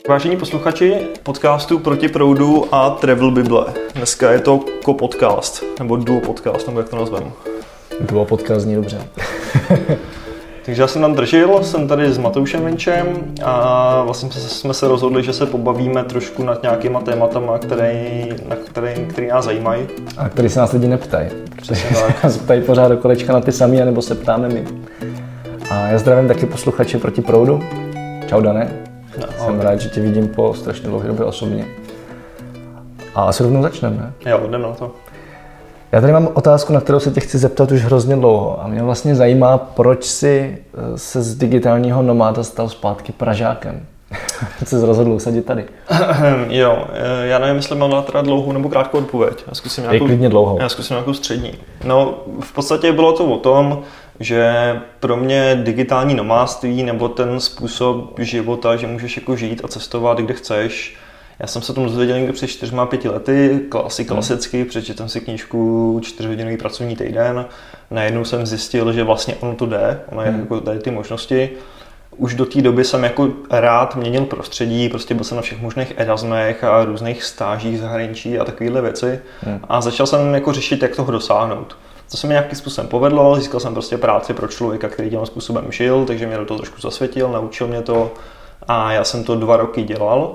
Vážení posluchači podcastu Proti proudu a Travel Bible. Dneska je to co-podcast, nebo duo podcast, nebo jak to nazveme. Duo podcast zní dobře. Takže já jsem tam držel, jsem tady s Matoušem Vinčem a vlastně jsme se rozhodli, že se pobavíme trošku nad nějakýma tématama, které nás zajímají. A který se nás lidi neptají. Se ptají pořád do kolečka na ty samý, anebo se ptáme my. A já zdravím taky posluchače Proti proudu. Čau Dané. No, jsem rád, že tě vidím po strašně dlouhé době osobně. A asi rovnou začneme, ne? Jo, jdeme na to. Já tady mám otázku, na kterou se tě chci zeptat už hrozně dlouho. A mě vlastně zajímá, proč jsi se z digitálního nomáda stal zpátky Pražákem. Proč jsi rozhodl usadit tady? Jo, já nevím, jestli mám teda dlouhou nebo krátkou odpověď. Já zkusím nějakou střední. No, v podstatě bylo to o tom, že pro mě digitální nomádství nebo ten způsob života, že můžeš jako žít a cestovat, kde chceš. Já jsem se tomu dozvěděl někdy před 4-5 lety, klasicky, přečetl jsem si knížku 4hodinový pracovní týden. Najednou jsem zjistil, že vlastně ono to jde, ono je jako tady ty možnosti. Už do té doby jsem jako rád měnil prostředí, prostě byl jsem na všech možných Erasmech a různých stážích v zahraničí a takovéhle věci. A začal jsem jako řešit, jak toho dosáhnout. To se mi nějakým způsobem povedlo, získal jsem prostě práci pro člověka, který tím způsobem žil, takže mě do toho trošku zasvětil, naučil mě to a já jsem to 2 roky dělal.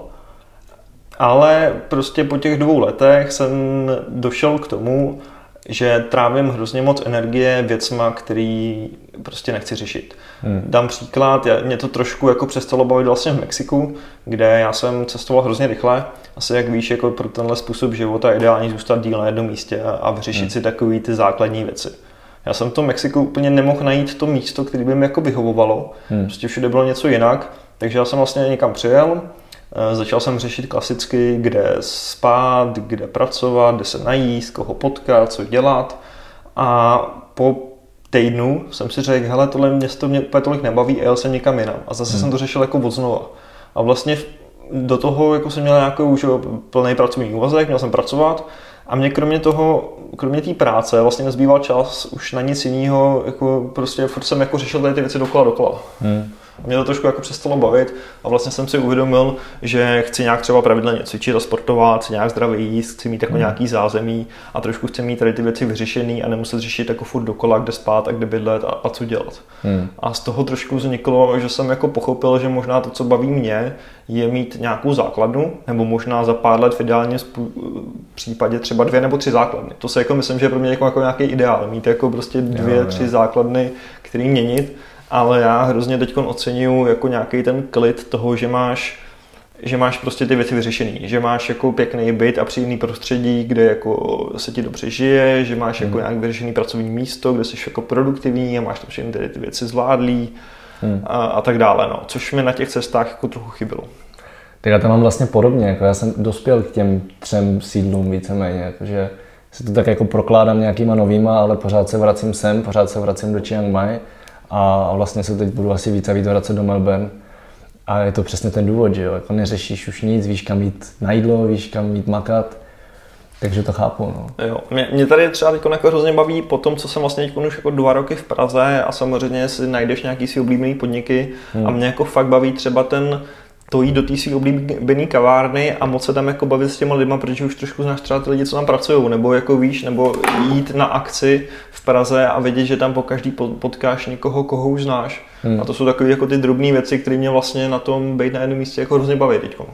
Ale prostě po těch 2 letech jsem došel k tomu, že trávím hrozně moc energie věcma, který prostě nechci řešit. Dám příklad, mě to trošku jako přestalo bavit vlastně v Mexiku, kde já jsem cestoval hrozně rychle. Asi jak víš, jako pro tenhle způsob života je ideální zůstat díl na jednom místě a vyřešit si takový ty základní věci. Já jsem v tom Mexiku úplně nemohl najít to místo, které by mi jako vyhovovalo. Prostě všude bylo něco jinak, takže já jsem vlastně někam přijel. Začal jsem řešit klasicky, kde spát, kde pracovat, kde se najíst, koho potkat, co dělat. A po týdnu jsem si řekl, hele, tohle město mě úplně tolik nebaví a jel jsem někam jinam. A zase jsem to řešil jako odznova. A vlastně do toho jako jsem měl nějakou už plný pracovní úvazek, měl jsem pracovat. A mě kromě té práce vlastně nezbýval čas už na nic jiného, jako prostě furt jsem jako řešil tady ty věci dokola. Mě to trošku jako přestalo bavit a vlastně jsem si uvědomil, že chci nějak třeba pravidelně cvičit a sportovat, chci nějak zdravě jíst, chci mít jako nějaký zázemí a trošku chci mít tady ty věci vyřešený a nemuset řešit jako furt dokola, kde spát a kde bydlet a co dělat. A z toho trošku vzniklo, že jsem jako pochopil, že možná to, co baví mě, je mít nějakou základnu, nebo možná za pár let v ideálním případě třeba 2 nebo 3 základny. To se jako myslím, že je pro mě jako nějaký ideál, mít jako prostě 2-3 základny, který měnit. Ale já hrozně teď oceňuju jako nějaký ten klid toho, že máš prostě ty věci vyřešený, že máš jako pěkný byt a příjemný prostředí, kde jako se ti dobře žije, že máš jako nějak vyřešený pracovní místo, kde jsi jako produktivní a máš tam všechny ty věci zvládlý a tak dále, no. Což mi na těch cestách jako trochu chybělo. Tak já to mám vlastně podobně, jako já jsem dospěl k těm 3 sídlům víceméně, jakože si to tak jako prokládám nějakýma novýma, ale pořád se vracím sem, pořád se vracím do Chiang Mai. A vlastně se teď budu asi víc a víc vracet do Melbourne. A je to přesně ten důvod, že jo, jako neřešíš už nic, víš kam jít na jídlo, víš kam jít makat, takže to chápu, no. Jo, mě tady třeba teď jako hrozně baví po tom, co jsem vlastně teď už jako 2 roky v Praze a samozřejmě si najdeš nějaký svý oblíbený podniky a mě jako fakt baví třeba to jít do té svý oblíbený kavárny a moc se tam jako bavit s těma lidma, protože už trošku znáš třeba ty lidi, co tam pracují, nebo jako víš, nebo jít na akci v Praze a vědět, že tam po každý potkáš někoho, koho už znáš. A to jsou takové jako ty drobné věci, které mě vlastně na tom být na jednom místě jako hrozně baví teďko.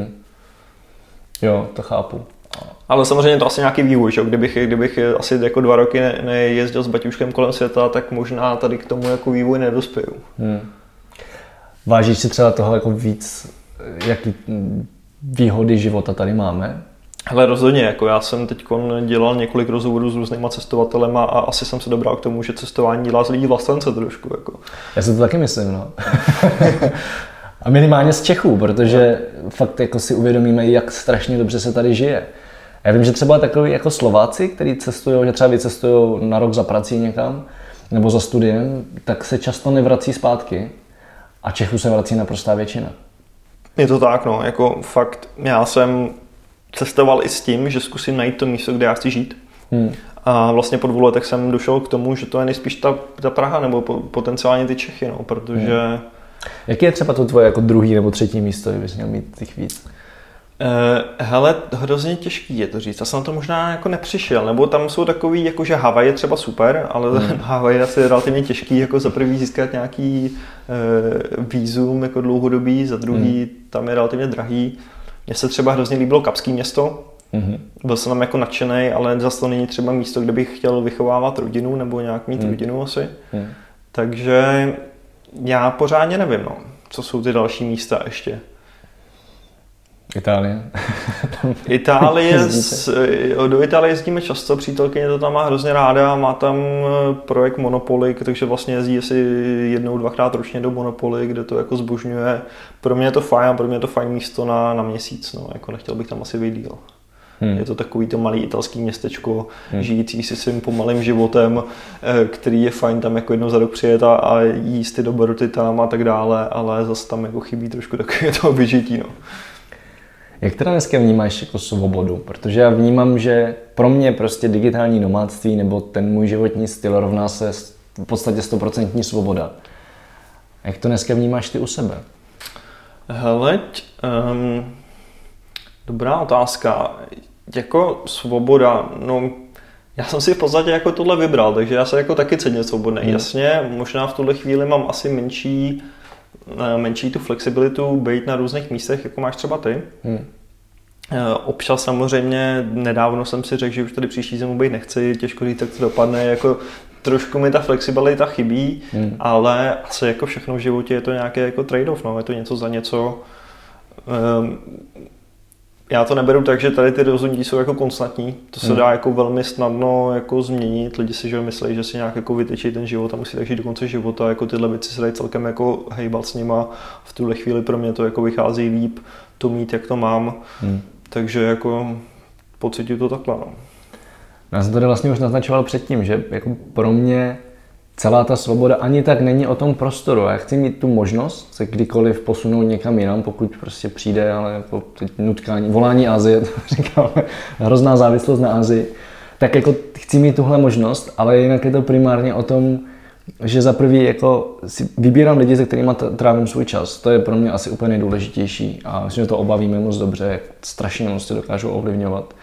Jo, to chápu. Ale samozřejmě to asi nějaký vývoj, že? Kdybych asi jako 2 roky nejezdil s baťuškem kolem světa, tak možná tady k tomu jako vývoj nedospěju. Vážíš si třeba toho jako víc, jaký výhody života tady máme? Hele, rozhodně, jako já jsem teď dělal několik rozhovorů s různýma cestovatelema a asi jsem se dobral k tomu, že cestování dělá z lidí vlastence trošku. Jako. Já si to taky myslím, no. A minimálně z Čechů, protože fakt jako si uvědomíme, jak strašně dobře se tady žije. Já vím, že třeba takový jako Slováci, kteří cestují, že třeba vycestují na rok za prací někam, nebo za studiem, tak se často nevrací zpátky. A Čechů se vrací naprostá většina. Je to tak, no, jako fakt, já jsem cestoval i s tím, že zkusím najít to místo, kde já chci žít. A vlastně po 2 letech jsem došel k tomu, že to je nejspíš ta Praha nebo potenciálně ty Čechy, no, protože Jaký je třeba to tvoje jako druhý nebo třetí místo, kdybys měl mít těch víc? Hele, hrozně těžký je to říct. Já jsem na to možná jako nepřišel, nebo tam jsou takový, jako že Havaj je třeba super, ale Havaj je asi relativně těžký, jako za prvý získat nějaký vízum jako dlouhodobý, za druhý tam je relativně drahý. Mně se třeba hrozně líbilo Kapský Město, byl jsem tam jako nadšenej, ale zase to není třeba místo, kde bych chtěl vychovávat rodinu nebo nějak mít rodinu asi. Takže já pořádně nevím, no, co jsou ty další místa ještě. Itálie. Do Itálie jezdíme často, přítelkyně to tam má hrozně ráda, má tam projekt Monopoly, takže vlastně jezdí asi 1-2krát ročně do Monopoly, kde to jako zbožňuje. Pro mě je to fajn, pro mě je to fajn místo na měsíc, no, jako nechtěl bych tam asi být díl. Je to takový to malý italský městečko, žijící si svým pomalým životem, který je fajn tam jako jednou za rok přijet a jíst ty dobroty tam a tak dále, ale zase tam jako chybí trošku takové toho vyžití, no. Jak teda dneska vnímáš jako svobodu? Protože já vnímám, že pro mě prostě digitální nomádství nebo ten můj životní styl rovná se v podstatě 100% svoboda. Jak to dneska vnímáš ty u sebe? Heleď, dobrá otázka. Jako svoboda, no já jsem si v podstatě jako tohle vybral, takže já se jako taky cením svobodný. Jasně, možná v tuhle chvíli mám asi menší tu flexibilitu být na různých místech, jako máš třeba ty. Občas samozřejmě, nedávno jsem si řekl, že už tady příští zimu být nechci, těžko říct, jak to dopadne, jako trošku mi ta flexibilita chybí, ale asi jako všechno v životě je to nějaké jako trade-off, no, je to něco za něco. Já to neberu tak, že tady ty rozhodnutí jsou jako konstantní, to se dá jako velmi snadno jako změnit, lidi si že myslí, že si nějak jako vytečí ten život a musí tak žít do konce života, jako tyhle věci se dají celkem jako hejbat s nima, v tuhle chvíli pro mě to jako vychází líp, to mít jak to mám, takže jako pocituju to takhle, no. Já jsem tady vlastně už naznačoval předtím, že jako pro mě celá ta svoboda ani tak není o tom prostoru. Já chci mít tu možnost se kdykoliv posunout někam jinam, pokud prostě přijde, ale jako nutkání, volání Asie, říkáme, hrozná závislost na Asii. Tak jako chci mít tuhle možnost, ale jinak je to primárně o tom, že za prvý jako si vybírám lidi, se kterými trávím svůj čas. To je pro mě asi úplně nejdůležitější a myslím, že to obavíme moc dobře, jak strašně moc se dokážou ovlivňovat.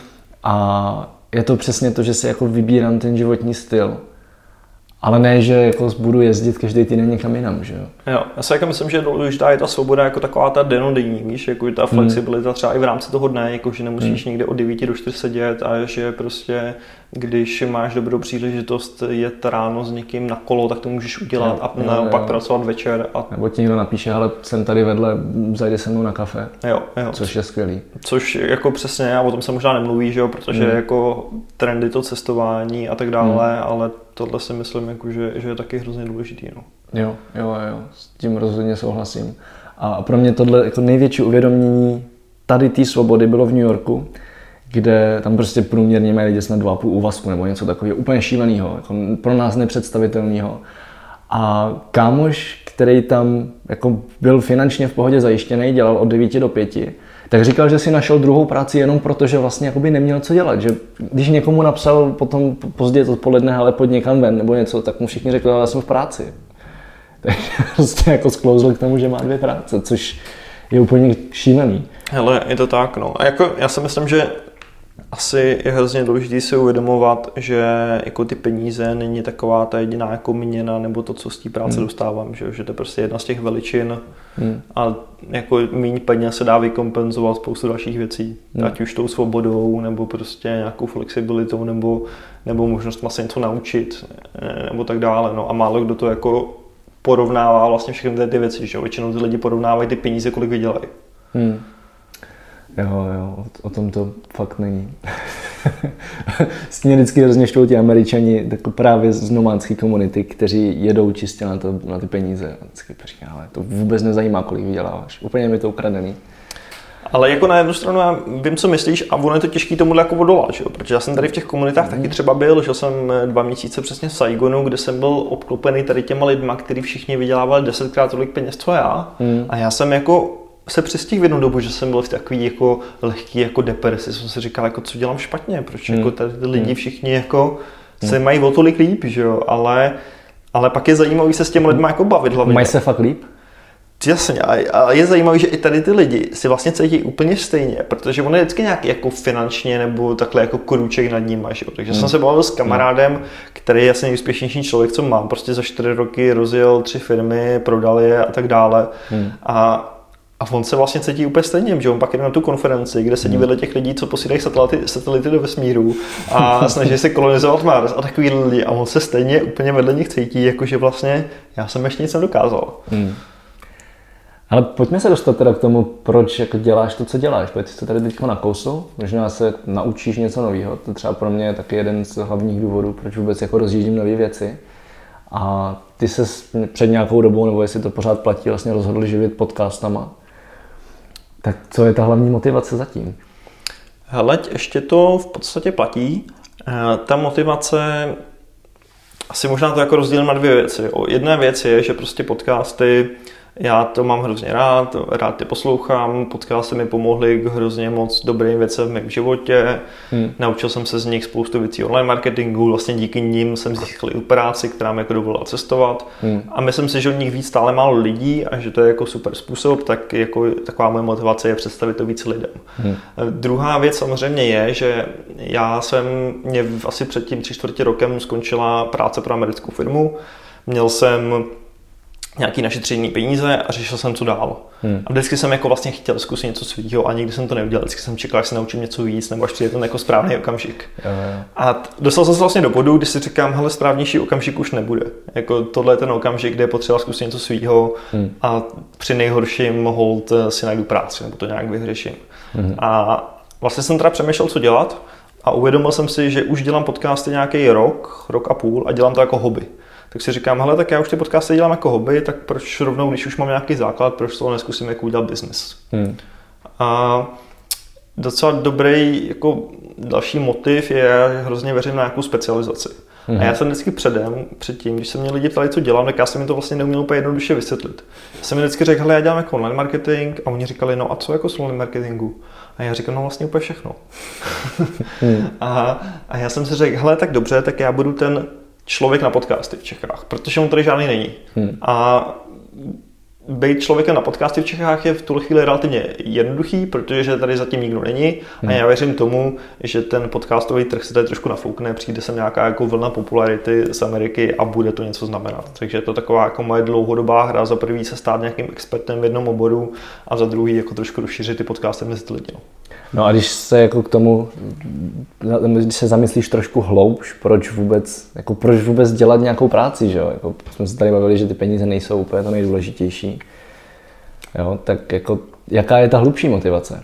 A je to přesně to, že si jako vybírám ten životní styl. Ale ne, že jako budu jezdit každý týden někam jinam, že jo? Jo, já si jako myslím, že důležitá je ta svoboda jako taková ta denodenní, víš, jako ta flexibilita třeba i v rámci toho dne, jako že nemusíš někde od 9 do 4 sedět a že prostě, když máš dobrou příležitost jet ráno s někým na kolo, tak to můžeš udělat a naopak pracovat večer. Nebo ti někdo napíše, ale jsem tady vedle, zajde se mnou na kafe, jo. Což je skvělý. Což jako přesně, a o tom se možná nemluví, že jo, protože jako trendy to cestování a tak dále, ale tohle si myslím, jako, že je taky hrozně důležitý. No. Jo, s tím rozhodně souhlasím. A pro mě tohle jako největší uvědomění tady té svobody bylo v New Yorku, kde tam prostě průměrně mají lidi snad 2,5 úvazku nebo něco takového úplně šíleného, jako pro nás nepředstavitelného. A kámoš, který tam jako byl finančně v pohodě zajištěný, dělal od 9 do 5, tak říkal, že si našel druhou práci jenom proto, že vlastně jakoby neměl co dělat. Že když někomu napsal potom později odpoledne, ale pojď někam ven nebo něco, tak mu všichni řekli, ale já jsem v práci. Takže prostě jako sklouzl k tomu, že má 2 práce, což je úplně šílený. Hele, je to tak, no. A jako já si myslím, že asi je hrozně důležité si uvědomovat, že jako ty peníze není taková ta jediná jako měna nebo to, co z té práce dostávám, že to je prostě jedna z těch veličin a jako méně peněz se dá vykompenzovat spoustu dalších věcí, ať už tou svobodou nebo prostě nějakou flexibilitou nebo možnost se něco naučit nebo tak dále, no a málo kdo to jako porovnává vlastně všechny ty věci, že většinou ty lidi porovnávají ty peníze, kolik vydělají. Jo, o tom to fakt není. S tím vždycky hrozně štvou ti Američani tak právě z nomádské komunity, kteří jedou čistě na ty peníze. Vždycky říkám, ale to vůbec nezajímá, kolik vyděláváš. Úplně mi to ukradený. Ale jako na jednu stranu já vím, co myslíš a ono je to těžké tomuhle jako odolat, že jo? Protože já jsem tady v těch komunitách taky třeba byl, že jsem 2 měsíce přesně v Saigonu, kde jsem byl obklopený tady těma lidma, kteří všichni vydělávali 10krát tolik peněz, co já. A já jsem jako se přistihl v jednu dobu, že jsem byl v takový jako lehký jako depresi, jsem si říkal, jako co dělám špatně, proč jako tady ty lidi všichni jako se mají o tolik líp, že jo, ale pak je zajímavý se s těmi lidmi jako bavit hlavně. Mají se fakt líp? Jasně, a je zajímavé, že i tady ty lidi si vlastně cítí úplně stejně, protože on je vždycky nějaký jako finančně nebo takhle jako krůček nad ním, že? Takže jsem se bavil s kamarádem, který je asi nejúspěšnější člověk, co mám, prostě za 4 roky rozjel 3 firmy, prodal je a tak dále. A on se vlastně cítí úplně stejně, že on pak jde na tu konferenci, kde sedí vedle těch lidí, co posílají satelity do vesmíru a snaží se kolonizovat Mars a takový lidi a on se stejně úplně vedle nich cítí, jakože vlastně já jsem ještě nic nedokázal. Ale pojďme se dostat teda k tomu, proč jako děláš to, co děláš. Pojď si to tady teď nakousl, možná se naučíš něco nového. To třeba pro mě je taky jeden z hlavních důvodů, proč vůbec jako rozjíždím nové věci. A ty se před nějakou dobou, nebo jestli to pořád platí, vlastně rozhodl živit podcastama. Tak co je ta hlavní motivace zatím? Hele, ještě to v podstatě platí. Ta motivace, asi možná to jako rozdělím na 2 věci. Jedna věc je, že prostě podcasty, já to mám hrozně rád ty poslouchám, podcasty mi pomohly k hrozně moc dobrým věcem v mém životě, naučil jsem se z nich spoustu věcí online marketingu, vlastně díky nim jsem získal i práci, která mi jako dovolila cestovat a myslím si, že od nich víc stále málo lidí a že to je jako super způsob, tak jako taková moje motivace je představit to víc lidem. Druhá věc samozřejmě je, že mě asi před tím 3/4 rokem skončila práce pro americkou firmu, měl jsem nějaký našetření peníze a řešil jsem, co dál. A vždycky jsem jako vlastně chtěl zkusit něco svýho a nikdy jsem to neudělal. Vždycky jsem čekal, až se naučím něco víc, nebo až přijde ten jako správný okamžik. A dostal jsem se vlastně do bodu, kdy si říkám, hele, správnější okamžik už nebude. Jako tohle je ten okamžik, kde je potřeba zkusit něco svýho a při nejhorším hold si najdu práci, nebo to nějak vyřeším. A vlastně jsem teda přemýšlel, co dělat a uvědomil jsem si, že už dělám podcasty nějaký rok a půl a dělám to jako hobby. Tak si říkám, hele, tak já už ty podcasty dělám jako hobby, tak proč rovnou, když už mám nějaký základ, proč toho neskusím jako udělat business. A docela dobrý jako další motiv je, hrozně věřím na nějakou specializaci. A já jsem vždycky předtím, když se mě lidi ptali, co dělám, tak já jsem jim to vlastně neuměl úplně jednoduše vysvětlit. Já jsem jim vždycky řekl, hele, já dělám jako online marketing a oni říkali, no a co jako s online marketingu? A já říkal, no vlastně úplně všechno. A já jsem si řekl, hele, tak dobře, tak já budu ten člověk na podcasty v Čechách, protože on tady žádný není. A být člověkem na podcasty v Čechách je v tuhle chvíli relativně jednoduchý, protože tady zatím nikdo není a já věřím tomu, že ten podcastový trh se tady trošku nafoukne, přijde sem nějaká jako vlna popularity z Ameriky a bude to něco znamenat. Takže je to taková jako moje dlouhodobá hra, za prvý se stát nějakým expertem v jednom oboru a za druhý jako trošku rozšířit ty podcasty mezi ty lidi. No a když se jako k tomu, když se zamyslíš trošku hloubš, proč vůbec dělat nějakou práci, že jo? Jako jsme se tady bavili, že ty peníze nejsou úplně to nejdůležitější. Jo, tak jako jaká je ta hlubší motivace?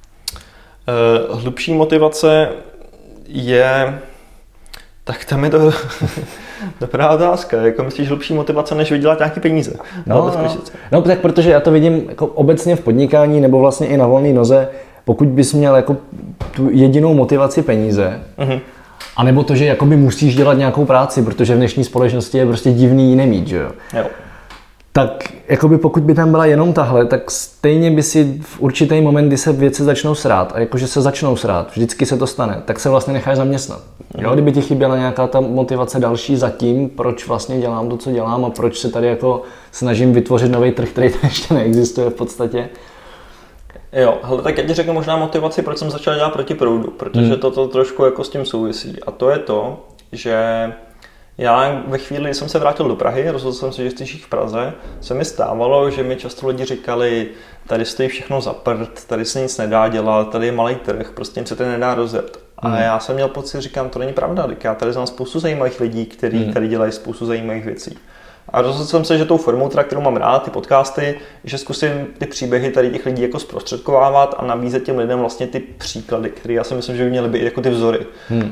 Hlubší motivace je, tak tam je to dobrá otázka. Jako myslíš hlubší motivace, než vydělat nějaký peníze? No tak protože já to vidím jako obecně v podnikání nebo vlastně i na volné noze. Pokud bys měl jako tu jedinou motivaci peníze, anebo to, že jakoby musíš dělat nějakou práci, protože v dnešní společnosti je prostě divný ji nemít, že jo? Tak jakoby pokud by tam byla jenom tahle, tak stejně by si v určitý moment, kdy se věci začnou srát a jakože se začnou srát, vždycky se to stane, tak se vlastně necháš zaměstnat. Jo? Kdyby ti chyběla nějaká ta motivace další zatím, proč vlastně dělám to, co dělám a proč se tady jako snažím vytvořit nový trh, který tady ještě neexistuje v podstatě. Jo, hele, tak já ti řeknu možná motivaci, proč jsem začal dělat proti proudu, protože to trošku jako s tím souvisí. A to je to, že já ve chvíli, kdy jsem se vrátil do Prahy, rozhodl jsem se, že chci žít v Praze, se mi stávalo, že mi často lidi říkali, tady stojí všechno za prd, tady se nic nedá dělat, tady je malý trh, prostě nic se tady nedá rozjet. A já jsem měl pocit, říkám, to není pravda, já tady znám spoustu zajímavých lidí, kteří tady dělají spoustu zajímavých věcí. A rozhodl jsem se, že tou formou, kterou mám rád, ty podcasty, že zkusím ty příběhy tady těch lidí jako zprostředkovávat a nabízet těm lidem vlastně ty příklady, které já si myslím, že by měly být jako ty vzory.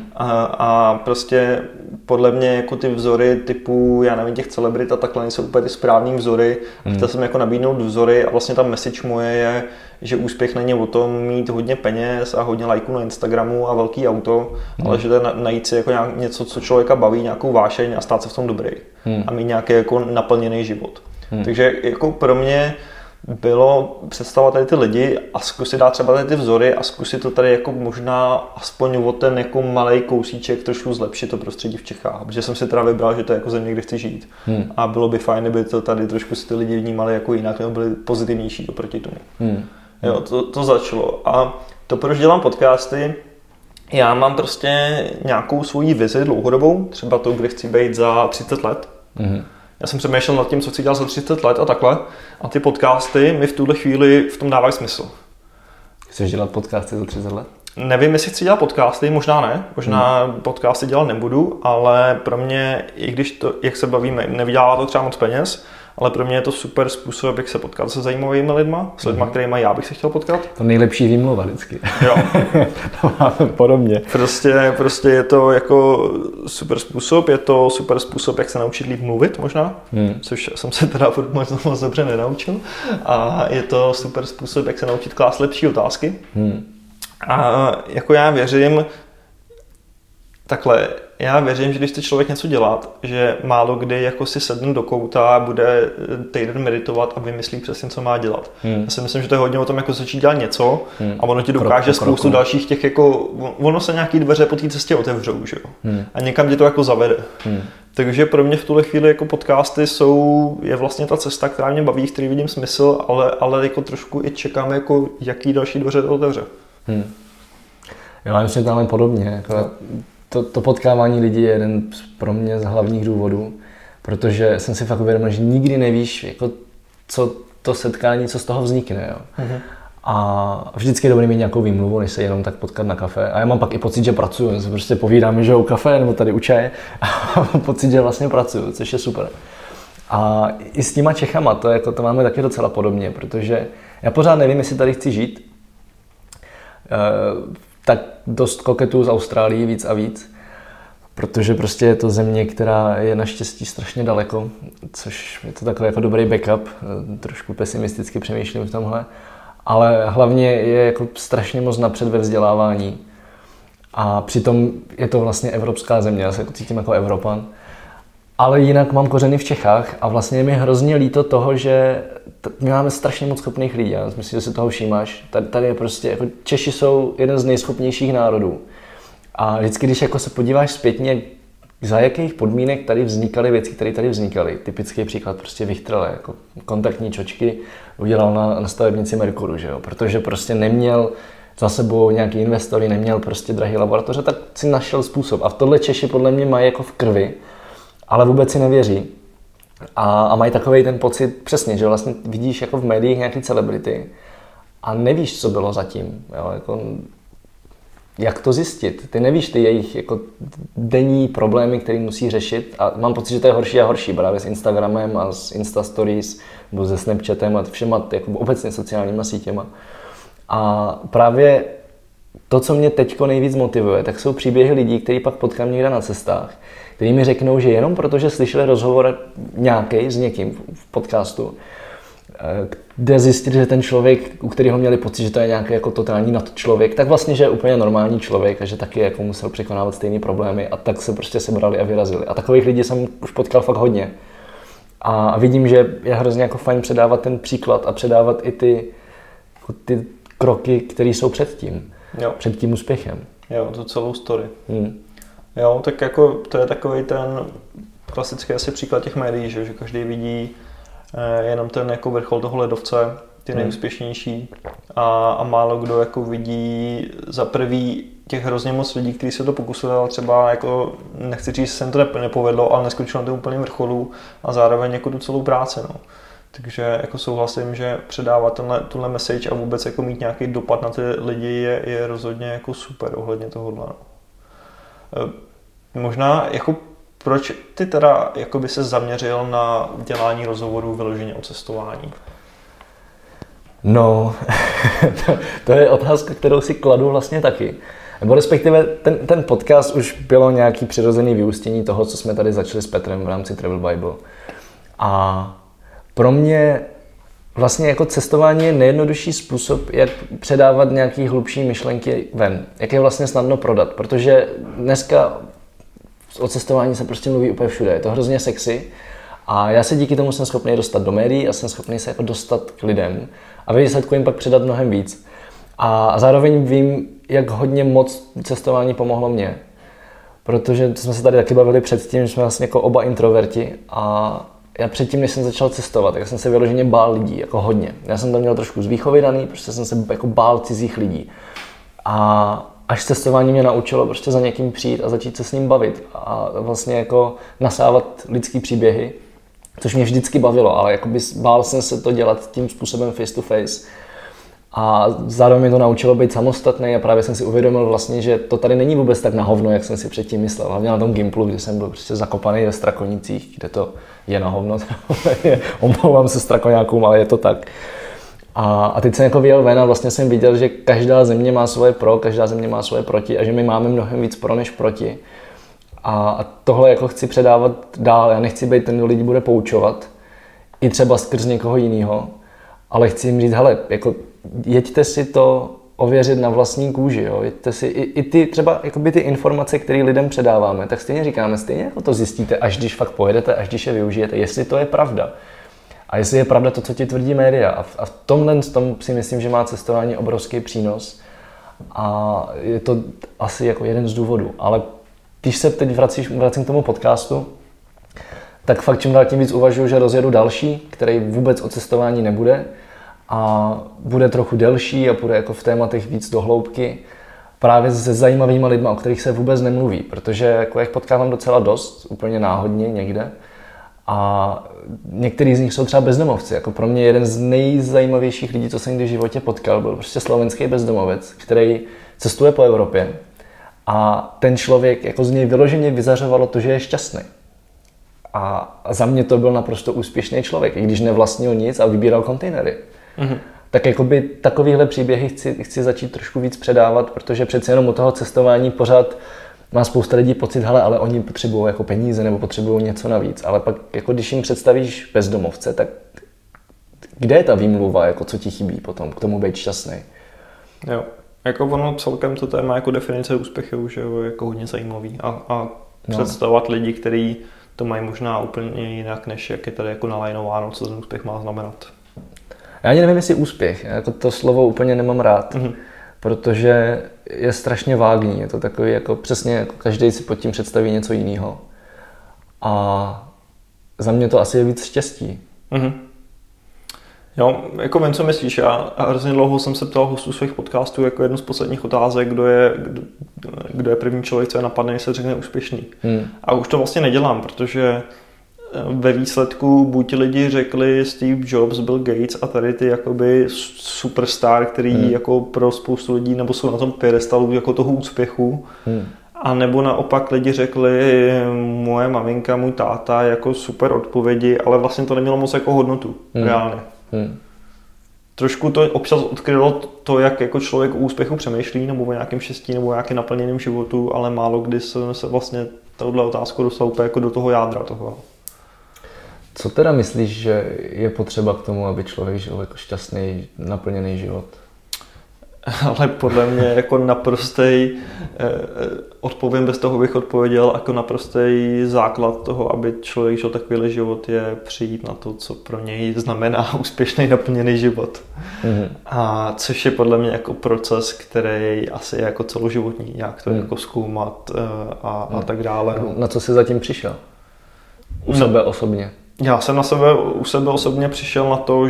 A prostě podle mě jako ty vzory typu, já nevím, těch celebrit a takhle nejsou úplně ty správný vzory. Chtěl jsem jako nabídnout vzory a vlastně ta message moje je, že úspěch není o tom mít hodně peněz a hodně lajků na Instagramu a velký auto, ale že to je najít si jako něco, co člověka baví, nějakou vášeň a stát se v tom dobrý. A mít nějaký jako naplněný život. Takže jako pro mě bylo představovat tady ty lidi a zkusit dát třeba tady ty vzory a zkusit to tady jako možná aspoň o ten jako malej kousíček trošku zlepšit to prostředí v Čechách, protože jsem si teda vybral, že to je jako země, kde chci žít a bylo by fajn, kdyby to tady trošku si ty lidi vnímali jako jinak, nebo byli pozitivnější oproti tomu. Jo, to začalo a to, proč dělám podcasty, já mám prostě nějakou svoji vizi dlouhodobou, třeba to, kde chci být za 30 let. Já jsem přemýšlel nad tím, co chci dělat za 30 let a takhle. A ty podcasty mi v tuhle chvíli v tom dávají smysl. Chceš dělat podcasty za 30 let? Nevím, jestli chci dělat podcasty, možná ne. Možná podcasty dělat nebudu, ale pro mě, i když to, jak se bavíme, nevydělává to třeba moc peněz, ale pro mě je to super způsob, jak se potkat se zajímavými lidma, s lidma, kterými já bych se chtěl potkat. To nejlepší výmluva vždycky. Jo. To máme podobně. Prostě je to jako super způsob, je to super způsob, jak se naučit líp mluvit možná, což jsem se teda moc dobře nenaučil. A je to super způsob, jak se naučit klást lepší otázky. A jako já věřím, že když chce člověk něco dělat, že málo kdy jako si sedne do kouta, bude týden meditovat a vymyslí přesně, co má dělat. Já si myslím, že to je hodně o tom, jako začít dělat něco a ono ti dokáže spoustu dalších těch jako, ono se nějaký dveře po té cestě otevřou, že jo? A někam tě to jako zavede. Takže pro mě v tuhle chvíli jako podcasty je vlastně ta cesta, která mě baví, v který vidím smysl, ale jako trošku i čekám, jako jaký další dveře to otevře. Já myslím, že to máme podobně. Jako to potkávání lidí je jeden pro mě z hlavních důvodů, protože jsem si fakt uvědomil, že nikdy nevíš, jako, co to setkání, co z toho vznikne. Jo. A vždycky je dobrý mít nějakou výmluvu, než se jenom tak potkat na kafe. A já mám pak i pocit, že pracuju, se prostě povídáme, že u kafe nebo tady u čaje a mám pocit, že vlastně pracuju, což je super. A i s těma Čechama to máme taky docela podobně, protože já pořád nevím, jestli tady chci žít. Tak dost koketuju z Austrálií víc a víc, protože prostě je to země, která je naštěstí strašně daleko, což je to takový jako dobrý backup, trošku pesimisticky přemýšlím v tomhle, ale hlavně je jako strašně moc napřed ve vzdělávání a přitom je to vlastně evropská země, já se cítím jako Evropan, ale jinak mám kořeny v Čechách a vlastně je mi hrozně líto toho, že my máme strašně moc schopných lidí, já myslím, že si toho všímáš. Tady je prostě, jako Češi jsou jeden z nejschopnějších národů. A vždycky, když jako se podíváš zpětně, za jakých podmínek tady vznikaly věci, které tady vznikaly. Typický příklad prostě Vichtrele, jako kontaktní čočky udělal na stavebnici Merkuru, že jo? Protože prostě neměl za sebou nějaký investory, neměl prostě drahý laboratoře, tak si našel způsob. A v tohle Češi podle mě mají jako v krvi, ale vůbec si nevěří. A mají takovej ten pocit přesně, že vlastně vidíš jako v médiích nějaký celebrity a nevíš, co bylo zatím. Jo? Jako, jak to zjistit? Ty nevíš ty jejich jako denní problémy, které musí řešit a mám pocit, že to je horší a horší právě s Instagramem a s Insta Stories nebo se Snapchatem a všema jako obecně sociálníma sítěma. A právě to, co mě teďko nejvíc motivuje, tak jsou příběhy lidí, který pak potkám někde na cestách, kteří mi řeknou, že jenom protože slyšeli rozhovor nějaký s někým v podcastu, kde zjistili, že ten člověk, u kterého měli pocit, že to je nějaký jako totální nadčlověk, tak vlastně, že je úplně normální člověk a že taky jako musel překonávat stejné problémy a tak se prostě sebrali a vyrazili. A takových lidí jsem už potkal fakt hodně. A vidím, že je hrozně jako fajn předávat ten příklad a předávat i ty kroky, které jsou před tím úspěchem. Jo, to celou story. Jo, tak jako to je takový ten klasický asi příklad těch médií, že každý vidí jenom ten jako vrchol toho ledovce, ty nejúspěšnější a málo kdo jako vidí za prvý těch hrozně moc lidí, kteří se to pokusili, ale třeba jako nechci říct, že se jim to nepovedlo, ale neskočilo na tom úplným vrcholu a zároveň jako tu celou práci. No. Takže jako souhlasím, že předávat tuhle message a vůbec jako mít nějaký dopad na ty lidi je rozhodně jako super ohledně tohohle. No. Možná jako proč ty teda jakoby se zaměřil na dělání rozhovorů vyloženě o cestování? No, to je otázka, kterou si kladu vlastně taky. Nebo respektive ten podcast už bylo nějaký přirozený vyústění toho, co jsme tady začali s Petrem v rámci Travel Bible. A pro mě vlastně jako cestování je nejjednodušší způsob, jak předávat nějaký hlubší myšlenky ven. Jak je vlastně snadno prodat, protože dneska o cestování se prostě mluví úplně všude. Je to hrozně sexy A já se díky tomu jsem schopný dostat do médií a jsem schopný se jako dostat k lidem a ve výsledku jim pak předat mnohem víc. A zároveň vím, jak hodně moc cestování pomohlo mně. Protože jsme se tady taky bavili předtím, že jsme vlastně jako oba introverti a já předtím, než jsem začal cestovat, tak jsem se vyloženě bál lidí, jako hodně. Já jsem tam měl trošku z výchovy daný, protože jsem se jako bál cizích lidí. A až cestování mě naučilo prostě za někým přijít a začít se s ním bavit a vlastně jako nasávat lidský příběhy, což mě vždycky bavilo, ale jakoby bál jsem se to dělat tím způsobem face to face. A zároveň mě to naučilo být samostatný a právě jsem si uvědomil vlastně, že to tady není vůbec tak na hovno, jak jsem si předtím myslel. Hlavně na tom Gimplu, kde jsem byl prostě zakopaný ve Strakonicích, kde to je na hovno. Omlouvám se Strakoňákům, ale je to tak. A teď jsem jako vyjel ven a vlastně jsem viděl, že každá země má svoje pro, každá země má svoje proti a že my máme mnohem víc pro než proti. A tohle jako chci předávat dál. Já nechci být ten, kdo lidi bude poučovat, i třeba skrz někoho jiného, ale chci jim říct, hele, jako jeďte si to ověřit na vlastní kůži, jo? Jeďte si i ty třeba ty informace, které lidem předáváme, tak stejně říkáme, stejně jako to zjistíte, až když fakt pojedete, až když je využijete, jestli to je pravda. A jestli je pravda to, co ti tvrdí média. A v tomhle si myslím, že má cestování obrovský přínos a je to asi jako jeden z důvodů. Ale když se teď vracím k tomu podcastu, tak fakt čím dál tím víc uvažuji, že rozjedu další, který vůbec o cestování nebude a bude trochu delší a bude jako v tématech víc do hloubky. Právě se zajímavýma lidma, o kterých se vůbec nemluví, protože jako jak potkávám docela dost, úplně náhodně někde. A některý z nich jsou třeba bezdomovci. Jako pro mě jeden z nejzajímavějších lidí, co jsem kdy v životě potkal, byl prostě slovenský bezdomovec, který cestuje po Evropě. A ten člověk, jako z něj vyloženě vyzařovalo to, že je šťastný. A za mě to byl naprosto úspěšný člověk, i když nevlastnil nic a vybíral kontejnery. Mm-hmm. Tak jakoby takovýhle příběhy chci začít trošku víc předávat, protože přece jenom u toho cestování pořád má spousta lidí pocit, hele, ale oni potřebují jako peníze nebo potřebují něco navíc. Ale pak, jako když jim představíš bezdomovce, tak kde je ta výmluva, jako co ti chybí potom k tomu být šťastný? Jo, jako ono celkem to téma jako definice úspěchu, že je jako hodně zajímavý a představovat lidi, kteří to mají možná úplně jinak, než jak je tady jako nalajnováno, co ten úspěch má znamenat. Já ani nevím, jestli úspěch, já jako to slovo úplně nemám rád. Mm-hmm. Protože je strašně vágní, je to takový jako přesně, jako každý si pod tím představí něco jiného. A za mě to asi je víc štěstí. Mm-hmm. Jo, jako vím, co myslíš. Já hrozně dlouho jsem se ptal hostů svých podcastů jako jednu z posledních otázek, kdo je první člověk, co je napadne, když se řekne úspěšný. A už to vlastně nedělám, protože ve výsledku buď lidi řekli Steve Jobs, Bill Gates a tady ty jakoby superstar, který jako pro spoustu lidí nebo jsou na tom piedestalu jako toho úspěchu. A nebo naopak lidi řekli moje maminka, můj táta jako super odpovědi, ale vlastně to nemělo moc jako hodnotu reálně. Trošku to občas odkrylo to, jak jako člověk o úspěchu přemýšlí nebo o nějakém štěstí nebo o nějakém naplněném životu, ale málo kdy se vlastně touhle otázku dostal úplně jako do toho jádra toho. Co teda myslíš, že je potřeba k tomu, aby člověk žil jako šťastný, naplněný život? Ale podle mě jako naprostej, odpovím bez toho, bych odpověděl, jako naprostej základ toho, aby člověk žil takovýhle život, je přijít na to, co pro něj znamená úspěšný, naplněný život. Mm-hmm. A což je podle mě jako proces, který asi je jako celoživotní, nějak to jako zkoumat a tak dále. Na co jsi zatím přišel? U sebe osobně? Já jsem u sebe osobně přišel na to,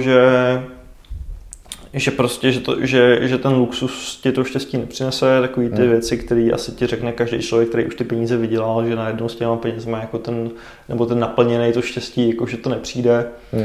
že prostě, že ten luxus ti to štěstí nepřinese, takový ty věci, které asi ti řekne každý člověk, který už ty peníze vydělal, že najednou s těma penězma jako ten naplněný to štěstí, jako že to nepřijde.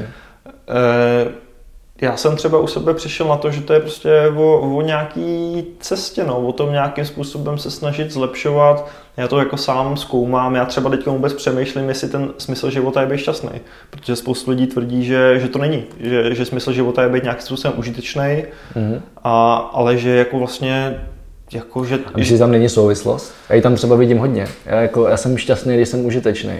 Já jsem třeba u sebe přišel na to, že to je prostě o nějaký cestě, o tom nějakým způsobem se snažit zlepšovat. Já to jako sám zkoumám, já třeba teď vůbec přemýšlím, jestli ten smysl života je být šťastný. Protože spoustu lidí tvrdí, že to není, že smysl života je být nějakým způsobem užitečný, ale že jako vlastně jako, že... A myslíš, tam není souvislost? Já ji tam třeba vidím hodně. Já jsem šťastný, když jsem užitečný.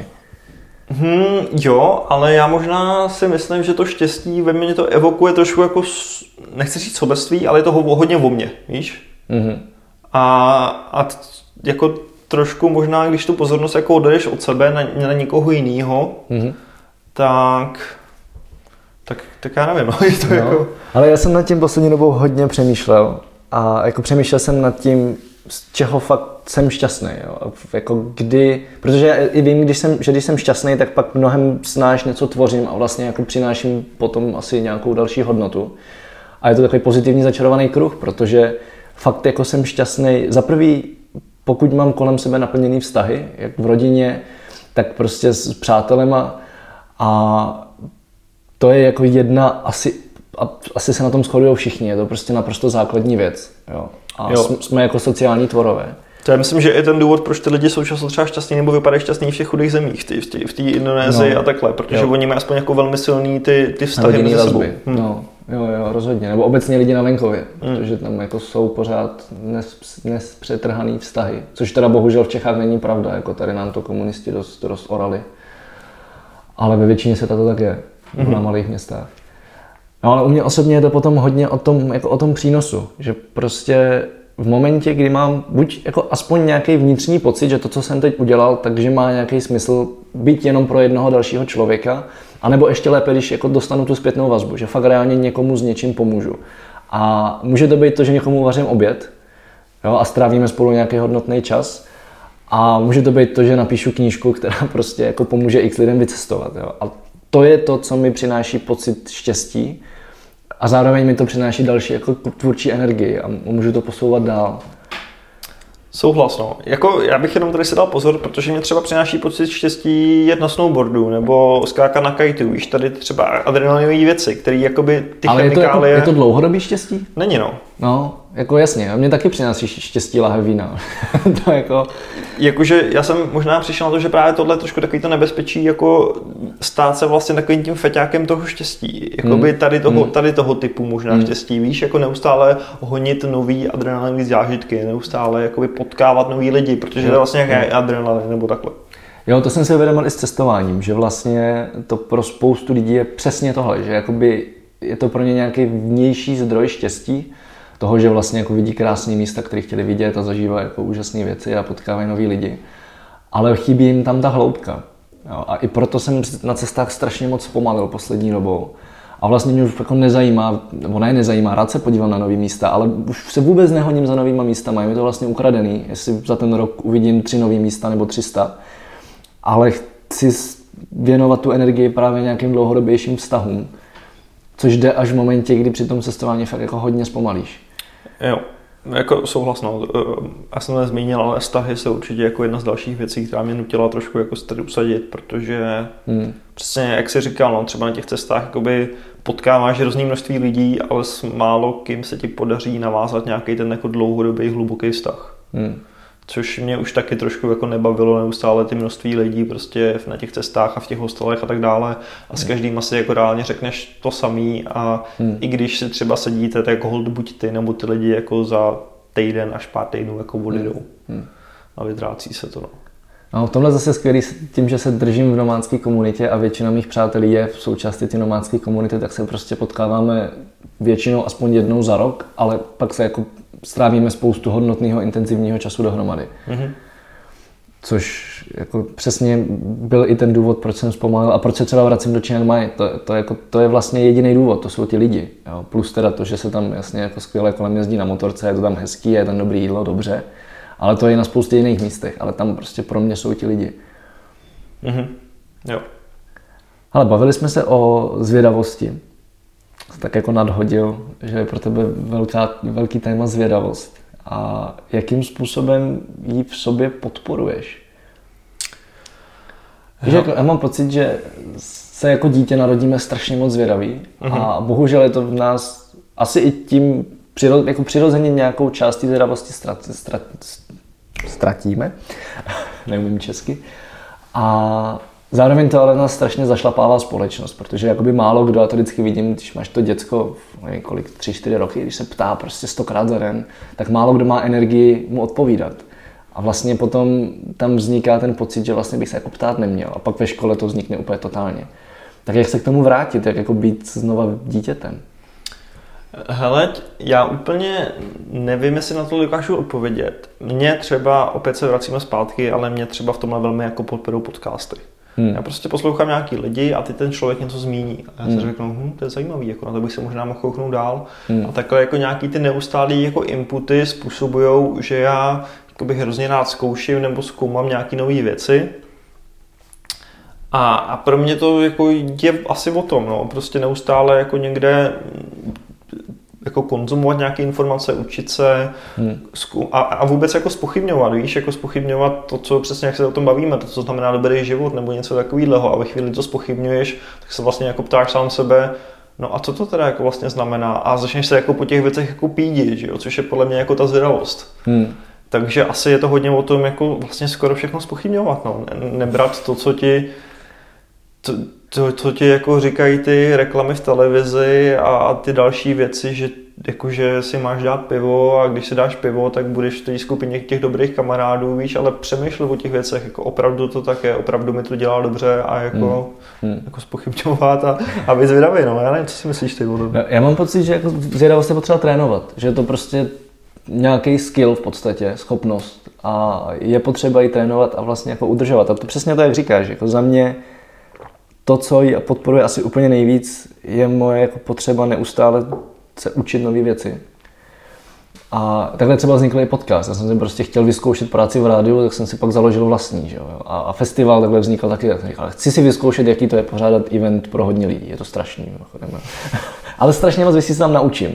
Jo, ale já možná si myslím, že to štěstí ve mně to evokuje trošku jako, nechci říct sobectví, ale je to hodně o mně, víš? Mm-hmm. A jako trošku možná, když tu pozornost jako odvedeš od sebe na někoho jiného, tak já nevím, je to jako... Ale já jsem nad tím poslední dobou hodně přemýšlel a jako přemýšlel jsem nad tím, z čeho fakt jsem šťastný, jo. Jako kdy, protože já i vím, že když jsem šťastný, tak pak mnohem snáš něco tvořím a vlastně jako přináším potom asi nějakou další hodnotu. A je to takový pozitivní začarovaný kruh, protože fakt jako jsem šťastný. Za prvý, pokud mám kolem sebe naplněný vztahy, jak v rodině, tak prostě s přátelema a to je jako jedna, asi se na tom shodují všichni, je to prostě naprosto základní věc. Jo. A jsme jako sociální tvorové. To já myslím, že je ten důvod, proč ty lidi jsou často třeba šťastní nebo vypadají šťastní v těch chudých zemích, v té Indonésii a takhle, protože oni mají aspoň jako velmi silný ty vztahy mezi sebou. Jo, rozhodně. Nebo obecně lidi na venkově, protože tam jako jsou pořád nepřetrhaný vztahy, což teda bohužel v Čechách není pravda, jako tady nám to komunisti dost orali. Ale ve většině světa to tak je, na malých městách. No ale u mě osobně je to potom hodně o tom přínosu, že prostě v momentě, kdy mám buď jako aspoň nějaký vnitřní pocit, že to, co jsem teď udělal, takže má nějaký smysl být jenom pro jednoho dalšího člověka, anebo ještě lépe, když jako dostanu tu zpětnou vazbu, že fakt reálně někomu s něčím pomůžu. A může to být to, že někomu vařím oběd, jo, a strávíme spolu nějaký hodnotný čas. A může to být to, že napíšu knížku, která prostě jako pomůže x lidem vycestovat. Jo. A to je to, co mi přináší pocit štěstí. A zároveň mi to přináší další jako tvůrčí energii a můžu to posouvat dál. Souhlas, no. Jako já bych jenom tady si dal pozor, protože mě třeba přináší pocit štěstí jet na snowboardu nebo skákat na kajtu, víš, tady třeba adrenalinové věci, které jakoby ty chemikálie... Je to dlouhodobý štěstí? Není, no. No, jako jasně, mě taky přináší štěstí láhev vína. To jako... Jakože já jsem možná přišel na to, že právě tohle je trošku takový to nebezpečí, jako stát se vlastně takovým tím feťákem toho štěstí. Jakoby tady toho typu možná štěstí, víš, jako neustále honit nový adrenalinové zážitky, neustále jakoby potkávat nový lidi, protože to je vlastně nějaký adrenalin nebo takhle. Jo, to jsem si uvědomil i s cestováním, že vlastně to pro spoustu lidí je přesně tohle, že jakoby je to pro ně nějaký vnější zdroj štěstí, toho, že vlastně jako vidí krásné místa, které chtěli vidět a zažívají jako úžasné věci a potkávají nový lidi. Ale chybí jim tam ta hloubka. Jo, a i proto jsem na cestách strašně moc zpomalil poslední dobou. A vlastně mě už jako nezajímá, nebo nezajímá, rád se podívám na nový místa, ale už se vůbec nehoním za novýma místama, je mi to vlastně ukradený, jestli za ten rok uvidím 3 nový místa nebo 300. Ale chci věnovat tu energii právě nějakým dlouhodobějším vztahům, což jde až v momentě, kdy při tom cestování fakt jako hodně zpomalíš. Jo, jako souhlasno. Já jsem to nezmínil, ale vztahy jsou určitě jako jedna z dalších věcí, která mě nutila trošku jako se tady usadit, protože přesně jak jsi říkal, no, třeba na těch cestách jakoby potkáváš hrozný množství lidí, ale s málo kým se ti podaří navázat nějaký ten jako dlouhodobý hluboký vztah. Což mě už taky trošku jako nebavilo neustále ty množství lidí prostě na těch cestách a v těch hostelech a tak dále a s každým asi jako reálně řekneš to samý a i když si třeba sedíte, tak hold buď ty nebo ty lidi jako za týden až pár týdnů jako odjedou a vytrácí se to. No. No, v tomhle zase skvělý tím, že se držím v nomádské komunitě a většina mých přátelí je v součástí ty nomádské komunity, tak se prostě potkáváme většinou aspoň jednou za rok, ale pak se jako strávíme spoustu hodnotného intenzivního času dohromady. Což jako přesně byl i ten důvod, proč jsem zpomalil a proč se třeba vracím do Chiang Mai. To je vlastně jediný důvod, to jsou ti lidi. Jo. Plus teda to, že se tam jasně jako skvěle kolem jezdí na motorce, je to tam hezký, je tam dobrý jídlo, dobře. Ale to je na spoustě jiných místech, ale tam prostě pro mě jsou ti lidi. Jo. Ale bavili jsme se o zvědavosti. Tak jako nadhodil, že je pro tebe velký téma zvědavost. A jakým způsobem ji v sobě podporuješ? Víš, jako, já mám pocit, že se jako dítě narodíme strašně moc zvědaví a bohužel je to v nás asi i tím jako přirozeně nějakou část té zvědavosti ztratíme. Neumím česky. A zároveň to ale nás strašně zašlapává společnost, protože jakoby málo kdo, a to vždycky vidím, když máš to děcko, nevím kolik, 3-4 roky, když se ptá prostě 100krát za den, tak málo kdo má energii mu odpovídat. A vlastně potom tam vzniká ten pocit, že vlastně bych se jako ptát neměl. A pak ve škole to vznikne úplně totálně. Tak jak se k tomu vrátit, jak jako být znova dítětem? Hele, já úplně nevím, jestli na to dokážu odpovědět. Mně třeba, opět se vracíme zpátky, ale mě třeba v tomhle velmi jako podporují podcasty. Já prostě poslouchám nějaký lidi a ty ten člověk něco zmíní. A já si řeknu, to je zajímavý, jako na to bych se možná mohl kouknout dál. A takhle jako nějaký ty neustálý jako inputy způsobujou, že já bych hrozně rád zkouším nebo zkoumám nějaké nové věci. A pro mě to jako je asi o tom, no, prostě neustále jako někde jako konzumovat nějaké informace, učit se a vůbec jako zpochybňovat, víš, jako zpochybňovat to, co přesně jak se o tom bavíme, to, co znamená dobrý život nebo něco takového a ve chvíli to zpochybňuješ, tak se vlastně jako ptáš sám sebe, no a co to teda jako vlastně znamená a začneš se jako po těch věcech jako pídit, že jo, což je podle mě jako ta zvědavost. Takže asi je to hodně o tom jako vlastně skoro všechno zpochybňovat, no, nebrat to, co ti co ti jako říkají ty reklamy v televizi a ty další věci, že jakože si máš dát pivo a když si dáš pivo, tak budeš v té skupině těch dobrých kamarádů, víš, ale přemýšlel o těch věcech, jako opravdu to tak je, opravdu mi to dělá dobře a jako zpochybňovat a být zvědavý, no, já nevím, co si myslíš ty o tom? Já mám pocit, že jako zvědavost je potřeba trénovat, že je to prostě nějaký skill v podstatě, schopnost a je potřeba ji trénovat a vlastně jako udržovat a to přesně to, jak říkáš, jako za mě to, co ji podporuje asi úplně nejvíc, je moje jako potřeba neustále se učit nové věci. A takhle třeba vznikl i podcast. Já jsem si prostě chtěl vyzkoušet práci v rádiu, tak jsem si pak založil vlastní. Že jo? A festival takhle vznikl taky. Tak jsem říkal, chci si vyzkoušet, jaký to je pořádat event pro hodně lidí. Je to strašný. Ale strašně moc věcí se tam naučím.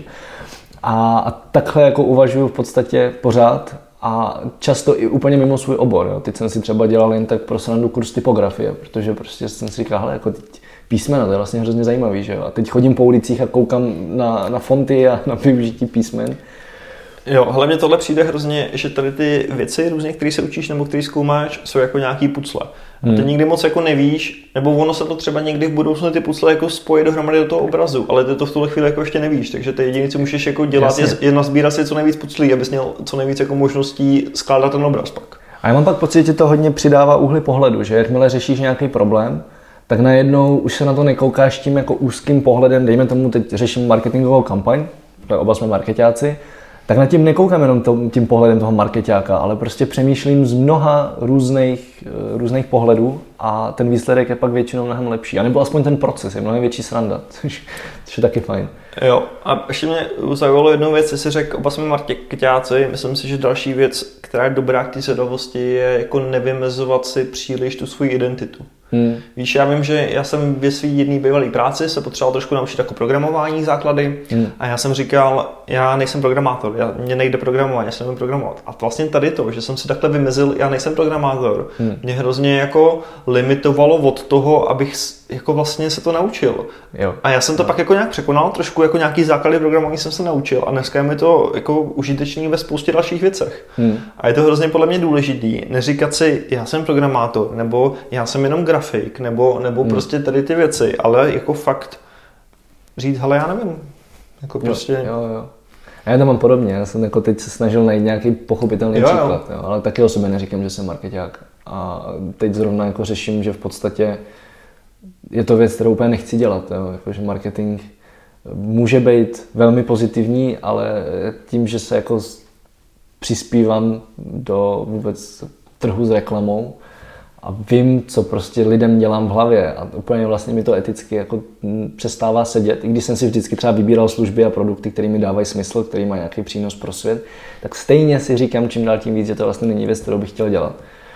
A takhle jako uvažuji v podstatě pořád. A často i úplně mimo svůj obor. Jo. Teď jsem si třeba dělal jen tak pro srandu kurz typografie, protože prostě jsem si říkal, hele, jako teď písmena, to je vlastně hrozně zajímavý, že jo. A teď chodím po ulicích a koukám na fonty a na využití písmen. Jo, hlavně tohle přijde hrozně, že tady ty věci různě, které se učíš nebo které zkoumáš, jsou jako nějaký pucle. A ty nikdy moc jako nevíš, nebo ono se to třeba někdy v budoucnu ty pucle jako spojí dohromady do toho obrazu, ale ty to v tuhle chvíli jako ještě nevíš, takže ty jediné, co můžeš jako dělat, je nazbírat si co nejvíc puclí, abys měl co nejvíc jako možností skládat ten obraz pak. A já mám pak pocit, že to hodně přidává úhly pohledu, že jakmile řešíš nějaký problém, tak najednou už se na to nekoukáš tím jako úzkým pohledem, dejme tomu, teď řeším marketingovou kampaň, oba jsme marketáci, tak nad tím nekoukám jenom tím pohledem toho markeťáka, ale prostě přemýšlím z mnoha různých pohledů a ten výsledek je pak většinou mnohem lepší. A nebo aspoň ten proces je mnohem větší sranda, což je taky fajn. Jo, a ještě mě zaujalo jednu věc, jsi řekl, oba jsme markeťáci, myslím si, že další věc, která je dobrá k té zvědavosti, je jako nevymezovat si příliš tu svoji identitu. Víš, já vím, že já jsem ve své jedné bývalé práci se potřeboval trošku naučit jako programování základy a já jsem říkal, já nejsem programátor, mě nejde programovat, já se nevím programovat. A vlastně tady to, že jsem si takhle vymezil, já nejsem programátor, mě hrozně jako limitovalo od toho, abych jako vlastně se to naučil. Jo. A já jsem to pak jako nějak překonal, trošku jako nějaký základy programování jsem se naučil a dneska je mi to jako užitečný ve spoustě dalších věcech. A je to hrozně podle mě důležitý, neříkat si, já jsem programátor, nebo já jsem jenom grafik, nebo prostě tady ty věci, ale jako fakt říct, hele, já nevím. Jako prostě... Jo. Já to mám podobně, já jsem jako teď se snažil najít nějaký pochopitelný příklad, jo, ale taky o sobě neříkám, že jsem markeťák. A teď zrovna jako řeším, že v podstatě je to věc, kterou úplně nechci dělat, jo, jako, že marketing může být velmi pozitivní, ale tím, že se jako přispívám do vůbec trhu s reklamou a vím, co prostě lidem dělám v hlavě a úplně vlastně mi to eticky jako přestává sedět. I když jsem si vždycky třeba vybíral služby a produkty, které mi dávají smysl, které mají nějaký přínos pro svět, tak stejně si říkám čím dál tím víc, že to vlastně není věc, kterou bych chtěl dělat.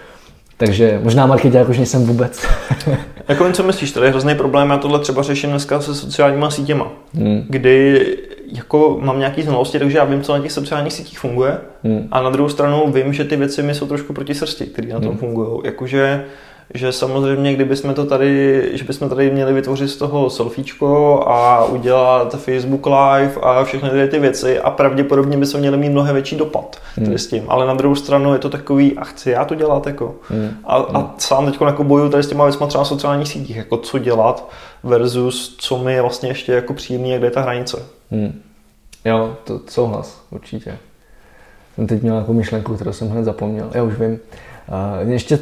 Takže možná markeťák už nejsem vůbec. Jako co myslíš, tady je hrozný problém, já tohle třeba řeším dneska se sociálníma sítěma, kdy jako mám nějaký znalosti, takže já vím, co na těch sociálních sítích funguje a na druhou stranu vím, že ty věci mi jsou trošku proti srsti, které na tom fungují. Jakože že samozřejmě, kdybychom tady měli vytvořit z toho selfiečko a udělat Facebook Live a všechny ty věci a pravděpodobně by se měli mít mnohem větší dopad tady s tím. Ale na druhou stranu je to takový, a chci já to dělat jako. A sám teď jako bojuju tady s těma věcma třeba na sociálních sítích, jako co dělat versus co mi je vlastně ještě jako příjemný, kde je ta hranice. Jo, to souhlas, určitě. Jsem teď měl nějakou myšlenku, kterou jsem hned zapomněl, já už vím. Ještě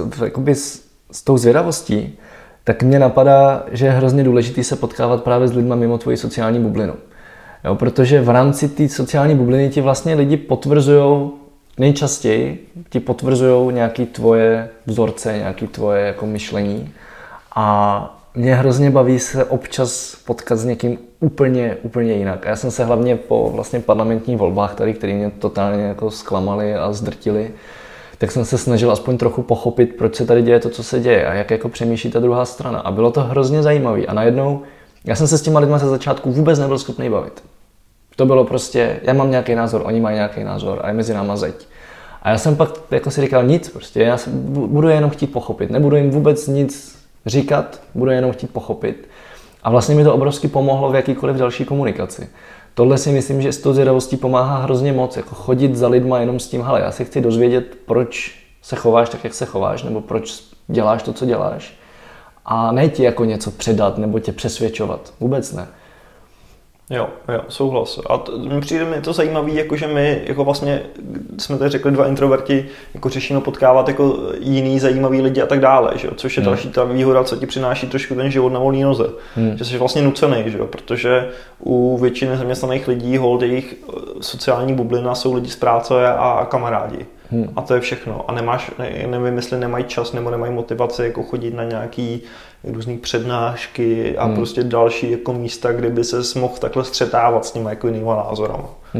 s tou zvědavostí, tak mě napadá, že je hrozně důležité se potkávat právě s lidmi mimo tvoji sociální bublinu. Jo, protože v rámci té sociální bubliny ti vlastně lidi potvrzujou nejčastěji ti potvrzují nějaké tvoje vzorce, nějaké tvoje jako myšlení a mě hrozně baví se občas potkat s někým úplně jinak. A já jsem se hlavně po vlastně parlamentních volbách tady, které mě totálně jako zklamaly a zdrtily, tak jsem se snažil aspoň trochu pochopit, proč se tady děje to, co se děje a jak jako přemýšlí ta druhá strana. A bylo to hrozně zajímavé. A najednou, já jsem se s těma lidma ze začátku vůbec nebyl schopný bavit. To bylo prostě, já mám nějaký názor, oni mají nějaký názor a je mezi náma zeď. A já jsem pak jako si říkal nic prostě, já budu jenom chtít pochopit, nebudu jim vůbec nic říkat, budu jenom chtít pochopit. A vlastně mi to obrovsky pomohlo v jakýkoliv další komunikaci. Tohle si myslím, že s tou zvědavostí pomáhá hrozně moc, jako chodit za lidma jenom s tím, hele, já si chci dozvědět, proč se chováš tak, jak se chováš, nebo proč děláš to, co děláš. A ne ti jako něco předat, nebo tě přesvědčovat, vůbec ne. Jo, souhlas. A přijde mi to zajímavé, jakože my, jako vlastně, jsme tady řekli 2 introverti, jako řešíme potkávat jako jiný zajímavý lidi a tak dále, že jo? Což je další ta výhoda, co ti přináší trošku ten život na volné noze. Že jsi vlastně nucený, že jo? Protože u většiny zaměstnaných lidí hold jejich sociální bublina jsou lidi z práce a kamarádi. A to je všechno. A nevím, jestli nemají čas nebo nemají motivaci jako chodit na nějaký různý přednášky a prostě další jako místa, kde by se mohl takhle střetávat s nimi jako jinýma názorama.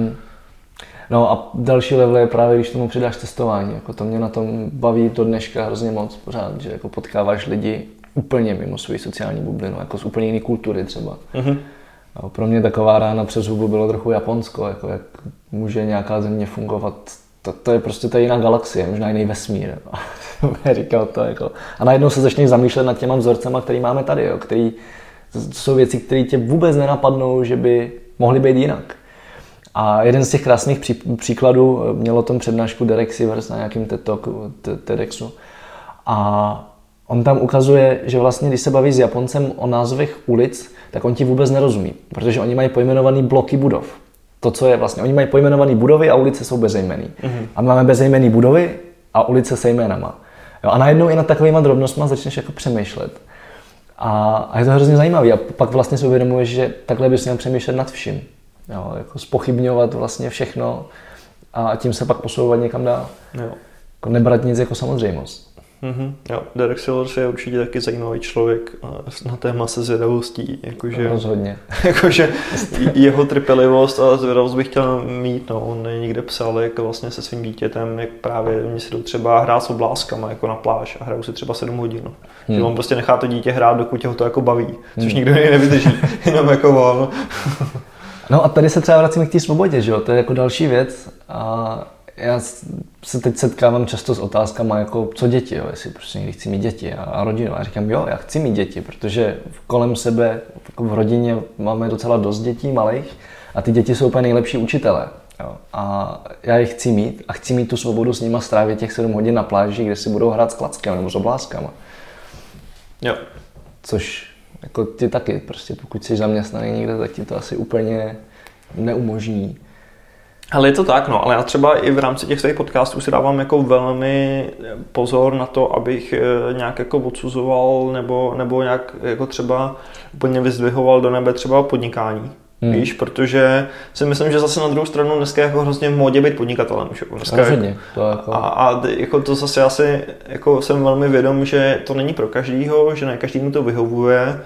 No a další level je právě, když tomu přidáš testování. Jako to mě na tom baví do dneška hrozně moc pořád, že jako potkáváš lidi úplně mimo svou sociální bublinu, jako z úplně jiné kultury třeba. No, pro mě taková rána přes hubu bylo trochu Japonsko, jako jak může nějaká země fungovat. To je prostě ta jiná galaxie, možná jiný vesmír. Říkal to jako. A najednou se začneš zamýšlet nad těma vzorcema, který máme tady, jo, který jsou věci, které tě vůbec nenapadnou, že by mohly být jinak. A jeden z těch krásných příkladů, měl o tom přednášku Derek Sivers na nějakém TEDxu. A on tam ukazuje, že vlastně, když se baví s Japoncem o názvech ulic, tak on ti vůbec nerozumí, protože oni mají pojmenovaný bloky budov. To, co je vlastně, oni mají pojmenované budovy a ulice jsou bezejmenný. A my máme bezejmenné budovy a ulice se jménama. Jo, a najednou i nad takovýma drobnostma začneš jako přemýšlet. A je to hrozně zajímavé. A pak vlastně si uvědomuješ, že takhle bys měl přemýšlet nad vším. Jo, jako zpochybňovat vlastně všechno a tím se pak posouvat někam dál. Jo. Jako nebrat nic jako samozřejmost. Jo, Derek Sivers je určitě taky zajímavý člověk na téma se zvědavostí. Jakože, rozhodně. Jakože jeho trpělivost a zvědavost bych chtěl mít. No, on někde psal, jak vlastně se svým dítětem, jak právě oni si jdou třeba hrát s oblázkama jako na pláž a hrajou si třeba 7 hodin. Že on prostě nechá to dítě hrát, dokud ho to jako baví, což nikdo nevydrží, jenom jako on. No a tady se třeba vracíme k té svobodě, že jo? To je jako další věc. A já se teď setkávám často s otázkama jako co děti, jo? Jestli prostě někdy chci mít děti a rodinu. A já říkám, jo, já chci mít děti, protože kolem sebe jako v rodině máme docela dost dětí malých a ty děti jsou úplně nejlepší učitelé. Jo? A já je chci mít a chci mít tu svobodu s nima strávit těch 7 hodin na pláži, kde si budou hrát s klackem nebo s oblázkama. Jo. Což jako ty taky, prostě pokud jsi zaměstnaný někde, tak ti to asi úplně neumožní. Ale je to tak, no, ale já třeba i v rámci těch svých podcastů si dávám jako velmi pozor na to, abych nějak jako odsuzoval nebo nějak jako třeba úplně vyzdvihoval do nebe třeba podnikání. Víš, protože si myslím, že zase na druhou stranu dneska je jako hrozně v módě být podnikatelem. Rozhodně. A jako to zase asi jako jsem velmi vědom, že to není pro každýho, že ne každému to vyhovuje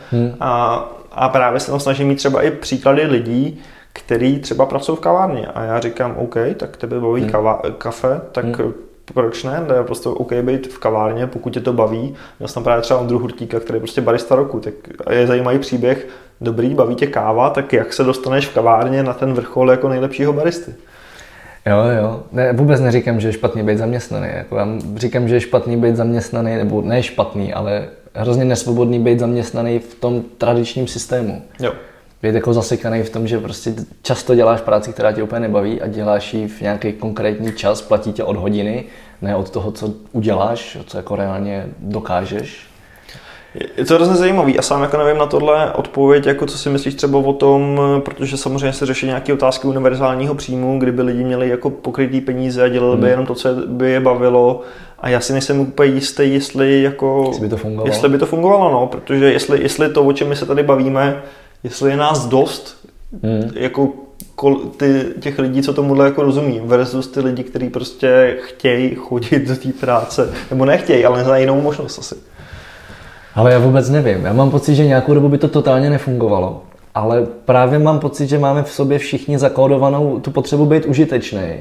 a právě se tam snažím mít třeba i příklady lidí, který třeba pracují v kavárně a já říkám, OK, tak tebe baví kafe, tak proč ne? To je prostě OK být v kavárně, pokud tě to baví. Měl jsem právě třeba Ondru Hurtíka, který je prostě barista roku, tak je zajímavý příběh, dobrý, baví tě káva, tak jak se dostaneš v kavárně na ten vrchol jako nejlepšího baristy? Jo. Ne, vůbec neříkám, že je špatný být zaměstnaný. Jako já říkám, že je špatný být zaměstnaný, nebo ne špatný, ale hrozně nesvobodný být zaměstnaný v tom tradičním systému. Jo. Být jako zasekaný v tom, že prostě často děláš práci, která tě úplně nebaví a děláš ji v nějaký konkrétní čas, platí tě od hodiny, ne od toho, co uděláš, co jako reálně dokážeš. Je to hrozně zajímavý a sám jako nevím na tohle odpověď, jako co si myslíš třeba o tom, protože samozřejmě se řeší nějaké otázky univerzálního příjmu, kdyby lidi měli jako pokrytý peníze a dělali by jenom to, co by je bavilo a já si nejsem úplně jistý, jestli by to fungovalo, no, protože jestli to, o čem my se tady bavíme, jestli je nás dost jako těch lidí, co tomuhle jako rozumí, versus ty lidi, kteří prostě chtějí chodit do té práce, nebo nechtějí, ale neznají jinou možnost asi. Ale já vůbec nevím. Já mám pocit, že nějakou dobu by to totálně nefungovalo. Ale právě mám pocit, že máme v sobě všichni zakódovanou tu potřebu být užitečný.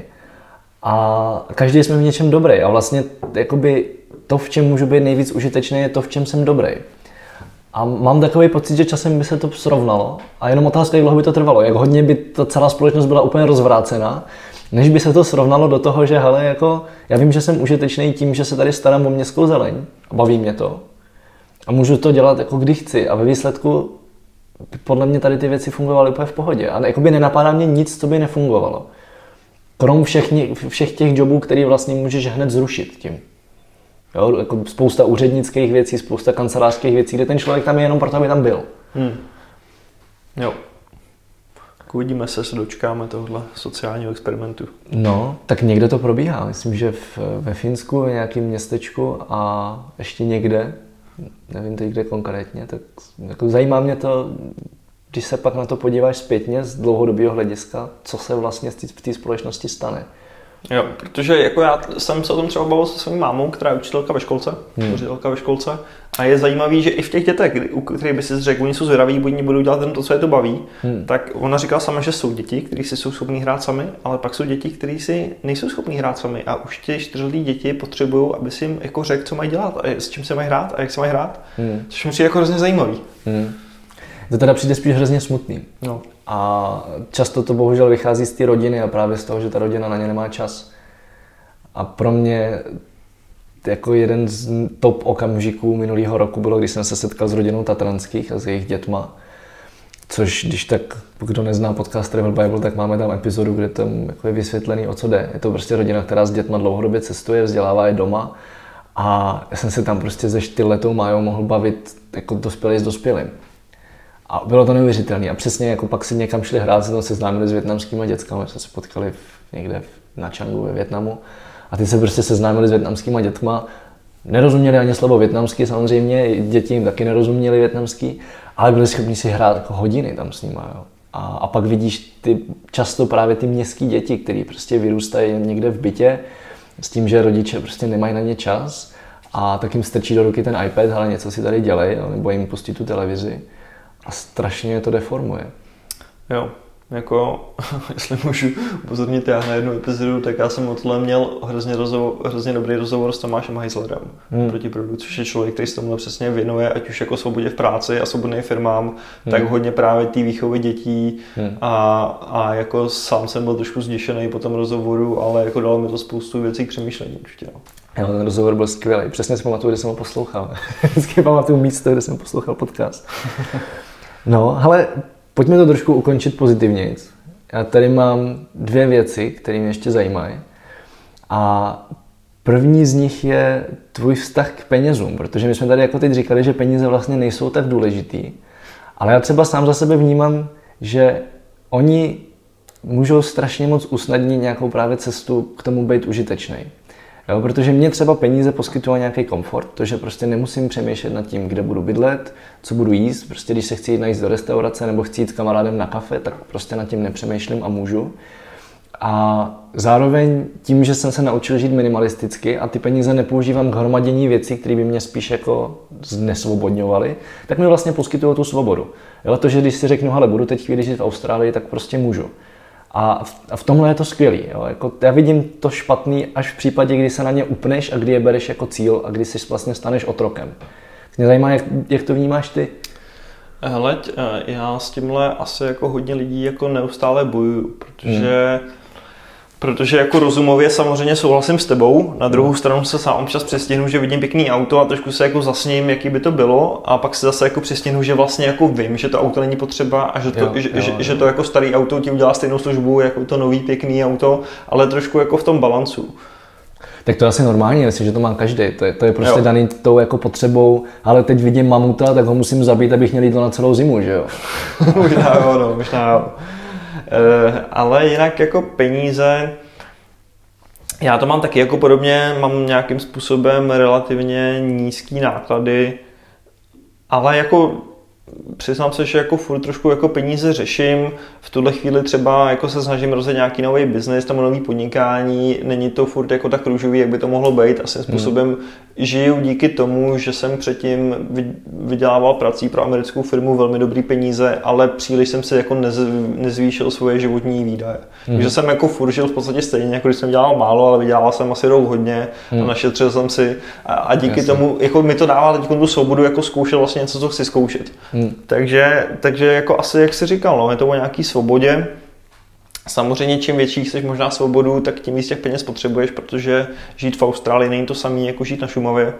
A každý jsme v něčem dobrý. A vlastně jakoby to, v čem můžu být nejvíc užitečný, je to, v čem jsem dobrý. A mám takový pocit, že časem by se to srovnalo. A jenom otázka, jak dlouho by to trvalo. Jak hodně by ta celá společnost byla úplně rozvrácená, než by se to srovnalo do toho, že hele, jako, já vím, že jsem užitečný tím, že se tady starám o městskou zeleň. Baví mě to. A můžu to dělat jako kdy chci. A ve výsledku podle mě tady ty věci fungovaly úplně v pohodě. A jakoby nenapadá mě nic, co by nefungovalo. Krom všech těch jobů, který vlastně můžeš hned zrušit tím. Jo, jako spousta úřednických věcí, spousta kancelářských věcí, kde ten člověk tam je jenom proto, aby tam byl. Jo. Tak uvidíme se dočkáme tohle sociálního experimentu. No, tak někde to probíhá. Myslím, že ve Finsku, v nějakém městečku a ještě někde, nevím teď kde konkrétně, tak jako zajímá mě to, když se pak na to podíváš zpětně z dlouhodobého hlediska, co se vlastně v té společnosti stane. Jo, protože jako já jsem se o tom třeba bavil se svou mámou, která je učitelka ve školce, učitelka ve školce, a je zajímavý, že i v těch dětech, u kterých by si řekl, oni jsou zvědaví, oni budou dělat jenom to, co je to baví, tak ona říkala sama, že jsou děti, kteří si jsou schopní hrát sami, ale pak jsou děti, kteří si nejsou schopní hrát sami a už ty 4letý děti potřebují, aby si jim jako řekl, co mají dělat a s čím se mají hrát a jak se mají hrát, což mi přijde jako hrozně zajímavý. To teda přijde spíš hrozně smutný. No. A často to bohužel vychází z té rodiny a právě z toho, že ta rodina na ně nemá čas. A pro mě jako jeden z top okamžiků minulého roku bylo, když jsem se setkal s rodinou Tatranských a s jejich dětma. Což když tak, kdo nezná podcast Travel Bible, tak máme tam epizodu, kde tam jako je vysvětlený, o co jde. Je to prostě rodina, která s dětma dlouhodobě cestuje, vzdělává je doma. A já jsem se tam prostě se 4letou Májou mohl bavit jako dospělý s dospělým. A bylo to neuvěřitelné. A přesně jako pak si někam šli hrát, se tam seznámili s vietnamskými dětskami, jsme se potkali někde na Changu ve Vietnamu. A ty se prostě seznámili s vietnamskými dětma. Nerozuměli ani slovo vietnamský, samozřejmě, děti jim taky nerozuměli vietnamský, ale byli schopni si hrát jako hodiny tam s nimi. Jo. A pak vidíš často právě ty městské děti, které prostě vyrůstají někde v bytě s tím, že rodiče prostě nemají na ně čas a tak jim strčí do ruky ten iPad, ale něco si tady dělej, nebo jim pustí tu televizi. A strašně to deformuje. Jo, jako, jestli můžu upozornit já na jednu epizodu, tak já jsem o tohle měl hrozně dobrý rozhovor s Tomášem Heislerem proti Proudu, což je člověk, který se tomuhle přesně věnuje, ať už jako svobodě v práci a svobodným firmám, tak hodně právě té výchovy dětí a jako sám jsem byl trošku zděšený po tom rozhovoru, ale jako dalo mi to spoustu věcí k přemýšlení určitě. Jo, ten rozhovor byl skvělý, přesně si pamatuju, kde jsem ho poslouchal. Vždycky pamatuju místo, kde jsem poslouchal podcast. No, ale pojďme to trošku ukončit pozitivně. Já tady mám 2 věci, které mě ještě zajímají. A první z nich je tvůj vztah k penězům, protože my jsme tady jako teď říkali, že peníze vlastně nejsou tak důležitý. Ale já třeba sám za sebe vnímám, že oni můžou strašně moc usnadnit nějakou právě cestu k tomu být užitečný. Jo, protože mě třeba peníze poskytují nějaký komfort, to, že prostě nemusím přemýšlet nad tím, kde budu bydlet, co budu jíst, prostě když se chci jít najíst do restaurace nebo chci jít s kamarádem na kafe, tak prostě nad tím nepřemýšlím a můžu. A zároveň tím, že jsem se naučil žít minimalisticky a ty peníze nepoužívám k hromadění věcí, které by mě spíš jako znesvobodňovaly, tak mi vlastně poskytují tu svobodu. Jo, to, že když si řeknu, hele, budu teď chvíli žít v Austrálii, tak prostě můžu. A v tomhle je to skvělý. Jo? Jako já vidím to špatný až v případě, kdy se na ně upneš a kdy je bereš jako cíl a kdy si vlastně staneš otrokem. Mě zajímá, jak to vnímáš ty? Hele, já s tímhle asi jako hodně lidí jako neustále bojuju, protože jako rozumově samozřejmě souhlasím s tebou, na druhou stranu se sám občas přestihnu, že vidím pěkný auto a trošku se jako zasním, jaký by to bylo, a pak se zase jako přestihnu, že vlastně jako vím, že to auto není potřeba a že to jako starý auto ti udělá stejnou službu jako to nový pěkný auto, ale trošku jako v tom balancu. Tak to je asi normální, myslím, že to má každý. To je prostě daný tou jako potřebou, ale teď vidím mamuta, tak ho musím zabít, abych měl jídlo na celou zimu, že jo? možná jo. Ale jinak jako peníze, já to mám taky jako podobně, mám nějakým způsobem relativně nízký náklady, ale jako přiznám se, že jako furt trošku jako peníze řeším. V tuhle chvíli třeba jako se snažím rozjet nějaký nový biznis, tam nový podnikání. Není to furt jako tak růžový, jak by to mohlo být. A svým způsobem žiju díky tomu, že jsem předtím vydělával prací pro americkou firmu velmi dobrý peníze, ale příliš jsem si jako nezvýšil svoje životní výdaje. Takže jsem jako furt žil v podstatě stejně, jako když jsem dělal málo, ale vydělával jsem asi rok hodně a našetřil jsem si. A díky tomu jako mi to dává teď tu svobodu jako zkoušet vlastně něco, co chci zkoušet. Takže jako asi, jak jsi říkal, no, je to o nějaký svobodě. Samozřejmě čím větší chceš možná svobodu, tak tím víc těch peněz potřebuješ, protože žít v Austrálii není to samé jako žít na Šumavě.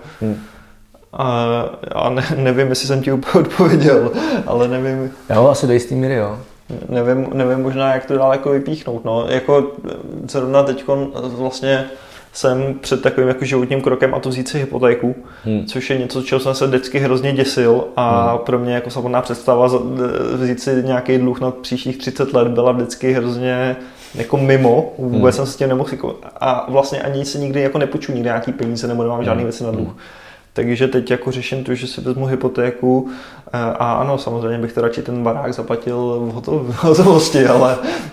A nevím, jestli jsem ti úplně odpověděl, ale nevím. Jo, asi do jistý míry, jo. Nevím možná, jak to dál jako vypíchnout. No. Jako zrovna teďkon vlastně jsem před takovým jako životním krokem a to vzít si hypotéku, což je něco, čeho jsem se vždycky hrozně děsil a pro mě jako samotná představa vzít si nějaký dluh na příštích 30 let byla vždycky hrozně jako mimo, vůbec jsem se s tím nemohl a vlastně ani se nikdy jako nepůjču nikdy nějaký peníze nebo nemám žádný věci na dluh. Takže teď jako řeším to, že si vezmu hypotéku a ano, samozřejmě bych to radši ten barák zaplatil v hotovosti, ale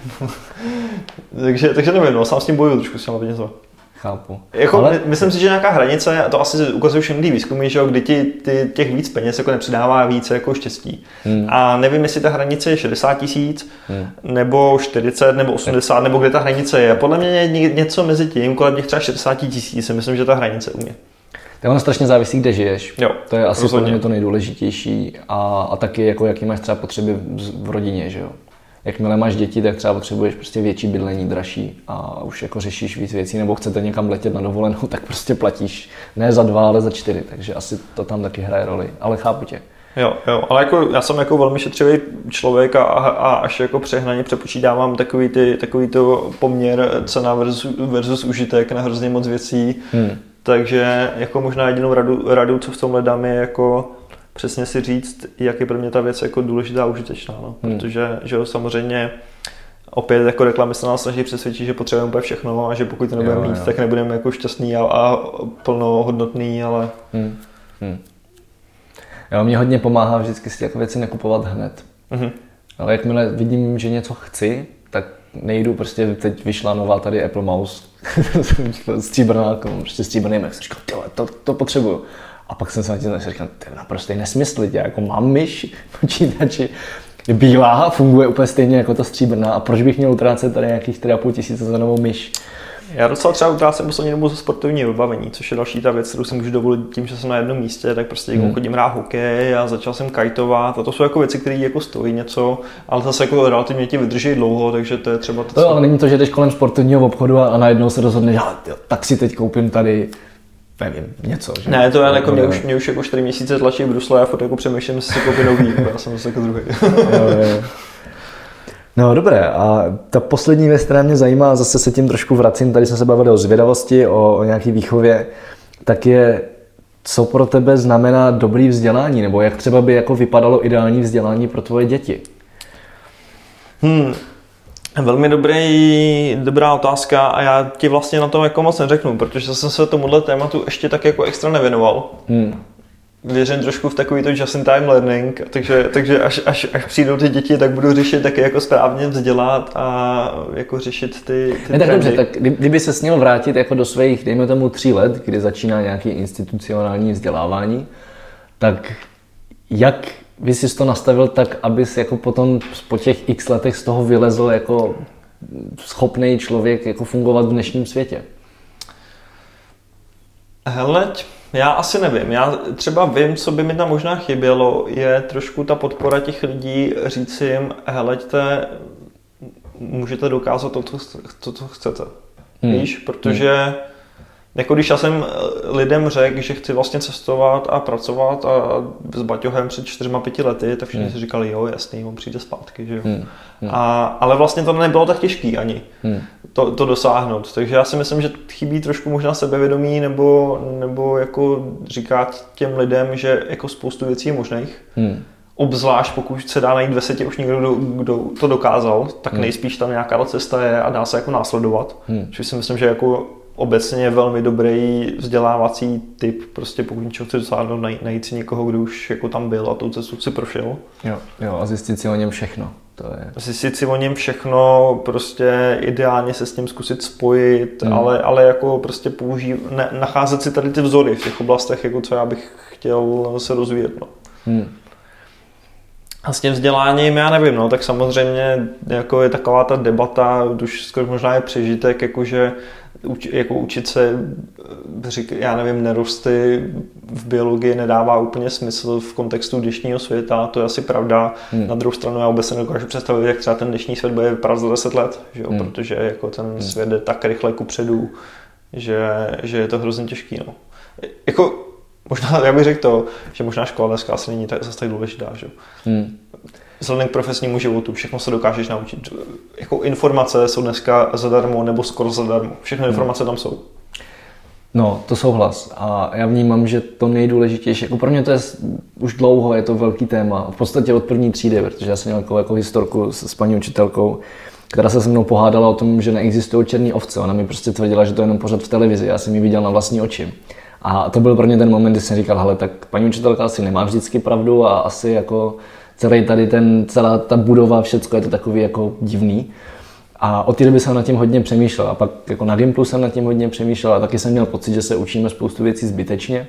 takže nevím, no, sám s tím bojuju trošku s těma penězma. Chápu. Jako, ale myslím si, že nějaká hranice, a to asi ukazují všechny výzkumy, že jo, kdy těch víc peněz jako nepřidává více jako štěstí. A nevím, jestli ta hranice je 60 000, nebo 40, nebo 80, nebo kde ta hranice je. Podle mě je něco mezi tím, kolem těch třeba 60 000, si myslím, že ta hranice u mě. Tak ono strašně závisí, kde žiješ. Jo, to je asi podle mě to nejdůležitější a taky jako jaký máš třeba potřeby v rodině, že jo. Jakmile máš děti, tak třeba potřebuješ prostě větší bydlení, dražší a už jako řešíš víc věcí, nebo chcete někam letět na dovolenou, tak prostě platíš ne za 2, ale za 4, takže asi to tam taky hraje roli, ale chápu tě. Jo, ale jako já jsem jako velmi šetřivý člověk a až jako přehnaně přepočítávám takový to poměr cena versus užitek na hrozně moc věcí. Takže jako možná jedinou radu, co v tomhle dám, je jako přesně si říct, jak je pro mě ta věc jako důležitá a užitečná, no. Protože že samozřejmě opět jako reklamy se nás snaží přesvědčit, že potřebujeme úplně všechno a že pokud to nebudeme mít, tak nebudeme jako šťastný a plnohodnotný, ale... Jo, mě hodně pomáhá vždycky si jako věci nekupovat hned. Ale jakmile vidím, že něco chci, tak nejdu, prostě teď vyšla nová tady Apple Mouse, stříbrná, prostě stříbrný Mac, říkám, to potřebuju. A pak jsem se na tím říkal, to je naprosto nesmysl, jako mám myš v počítači, je bílá, funguje úplně stejně jako ta stříbrná a proč bych měl utrácet tady nějakých 4 500 za novou myš? Já docela třeba utrácím poslední dobu za sportovní vybavení, což je další ta věc, kterou si můžu dovolit tím, že jsem na jednom místě, tak prostě chodím hrát hokej a začal jsem kajtovat a to jsou jako věci, které jako stojí něco, ale zase jako relativně ti vydrží dlouho, takže to je třeba to. To ale není to, že jdeš kolem sportovního obchodu a najednou se rozhodneš, tak si teď koupím tady nevím, něco. Že? Ne, to jako mě už jako 4 měsíce tlačí Brusle a já furt jako přemýšlím, jestli si koupím nový, já jsem zase jako druhý. Jo. No dobré, a ta poslední věc, která mě zajímá, zase se tím trošku vracím, tady jsme se bavili o zvědavosti, o nějaký výchově, tak je, co pro tebe znamená dobrý vzdělání, nebo jak třeba by jako vypadalo ideální vzdělání pro tvoje děti? Velmi dobrá otázka a já ti vlastně na tom jako moc neřeknu, protože jsem se tomuhle tématu ještě tak jako extra nevěnoval. Věřím trošku v takový to just-in-time learning, takže až přijdou ty děti, tak budu řešit taky jako správně vzdělat a jako řešit ty ne, tak dobře, tak kdyby se směl vrátit jako do svých, dejme tomu 3 let, kdy začíná nějaký institucionální vzdělávání, tak jak by jsi to nastavil tak, abys jako potom po těch x letech z toho vylezl jako schopný člověk jako fungovat v dnešním světě? Hele, já asi nevím. Já třeba vím, co by mi tam možná chybělo, je trošku ta podpora těch lidí, říct jim, heleďte, můžete dokázat to, co chcete. Víš, protože jako když já jsem lidem řekl, že chci vlastně cestovat a pracovat a s baťohem před 4-5 lety, tak všichni si říkali, jo, jasný, on přijde zpátky, že jo. Ale vlastně to nebylo tak těžký ani to dosáhnout. Takže já si myslím, že chybí trošku možná sebevědomí nebo jako říkat těm lidem, že jako spoustu věcí je možných. Obzvlášť pokud se dá najít ve světě už někdo, kdo to dokázal, tak nejspíš tam nějaká cesta je a dá se jako následovat. Což si myslím, že jako obecně velmi dobrý vzdělávací typ, prostě pokud něčeho chci dosáhnout, najít si někoho, kdo už jako tam byl a tou cestu si prošel. Jo, a zjistit si o něm všechno. To je. Zjistit si o něm všechno, prostě ideálně se s ním zkusit spojit, ale jako prostě nacházet si tady ty vzory v těch oblastech, jako co já bych chtěl se rozvíjet. No. A s tím vzděláním, já nevím, no, tak samozřejmě jako je taková ta debata, už skoro možná je přežitek, jakože jako učit se, já nevím, nerosty v biologii nedává úplně smysl v kontextu dnešního světa, to je asi pravda. Na druhou stranu já vůbec se nedokážu představit, jak třeba ten dnešní svět bude vypadat za 10 let, že jo? Protože jako ten svět jde tak rychle kupředu, že je to hrozně těžký. No. Jako, možná, já bych řekl to, že možná škola dneska asi není zase tak důležitá, že? Vzhledem k profesnímu životu, všechno se dokážeš naučit. Jako informace jsou dneska zadarmo nebo skoro zadarmo. Všechny informace tam jsou. No, to souhlas. A já vnímám, že to nejdůležitější, jako pro mě to je už dlouho, je to velký téma. V podstatě od první třídy, protože já jsem měl jako historku s paní učitelkou, která se mnou pohádala o tom, že neexistují černý ovce. Ona mi prostě tvrdila, že to je jenom pořad v televizi. Já jsem ji viděl na vlastní oči. A to byl pro mě ten moment, kdy jsem říkal, hele, tak paní učitelka asi nemá vždycky pravdu a asi jako celá ta budova, všecko je to takový jako divný. A od té doby jsem nad tím hodně přemýšlel a pak jako na Gimplu jsem nad tím hodně přemýšlel a taky jsem měl pocit, že se učíme spoustu věcí zbytečně.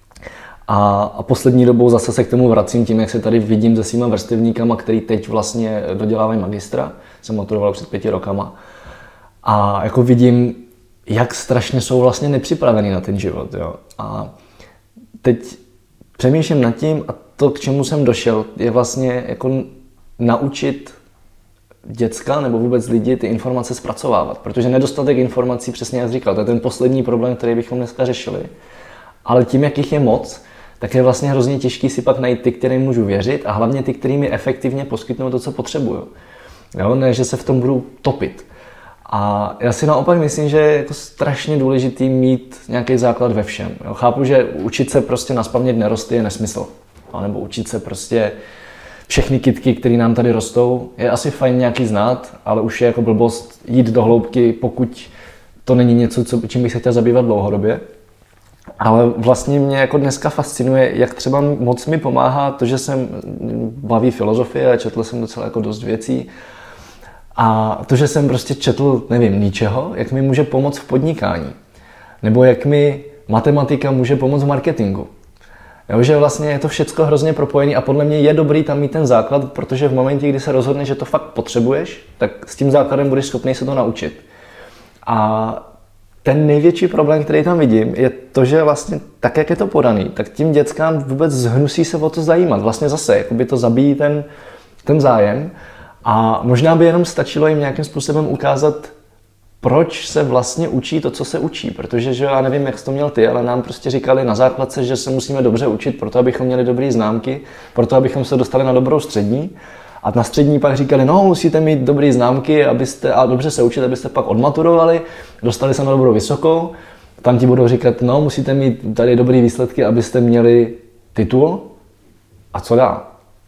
A poslední dobou zase se k tomu vracím tím, jak se tady vidím se svýma vrstevníkama, který teď vlastně dodělávají magistra. Jsem maturoval před 5 rokama. A jako vidím, jak strašně jsou vlastně nepřipravený na ten život. Jo. A teď přemýšlím nad tím a to, k čemu jsem došel, je vlastně jako naučit děcka nebo vůbec lidi ty informace zpracovávat. Protože nedostatek informací, přesně jak říkal, to je ten poslední problém, který bychom dneska řešili. Ale tím, jak jich je moc, tak je vlastně hrozně těžký si pak najít ty, kterým můžu věřit a hlavně ty, kterými efektivně poskytnou to, co potřebuju. Jo? Ne, že se v tom budu topit. A já si naopak myslím, že je jako strašně důležitý mít nějaký základ ve všem. Jo? Chápu, že učit se prostě naspamět nerosty je nesmysl. Nebo učit se prostě všechny kytky, které nám tady rostou, je asi fajn nějaký znát, ale už je jako blbost jít do hloubky, pokud to není něco, čím bych se chtěl zabývat dlouhodobě. Ale vlastně mě jako dneska fascinuje, jak třeba moc mi pomáhá to, že jsem baví filozofie a četl jsem docela jako dost věcí. A to, že jsem prostě četl, nevím, ničeho, jak mi může pomoct v podnikání. Nebo jak mi matematika může pomoct v marketingu. Jo, že vlastně je to všecko hrozně propojené a podle mě je dobrý tam mít ten základ, protože v momentě, kdy se rozhodneš, že to fakt potřebuješ, tak s tím základem budeš schopný se to naučit. A ten největší problém, který tam vidím, je to, že vlastně tak, jak je to podaný, tak tím dětskám vůbec zhnusí se o to zajímat. Vlastně zase, jakoby to zabíjí ten zájem a možná by jenom stačilo jim nějakým způsobem ukázat, proč se vlastně učí to, co se učí. Protože že já nevím, jak jsi to měl ty, ale nám prostě říkali na základce, že se musíme dobře učit, proto abychom měli dobré známky, proto abychom se dostali na dobrou střední. A na střední pak říkali, no musíte mít dobré známky a dobře se učit, abyste pak odmaturovali, dostali se na dobrou vysokou. Tam ti budou říkat, no musíte mít tady dobré výsledky, abyste měli titul. A co dál?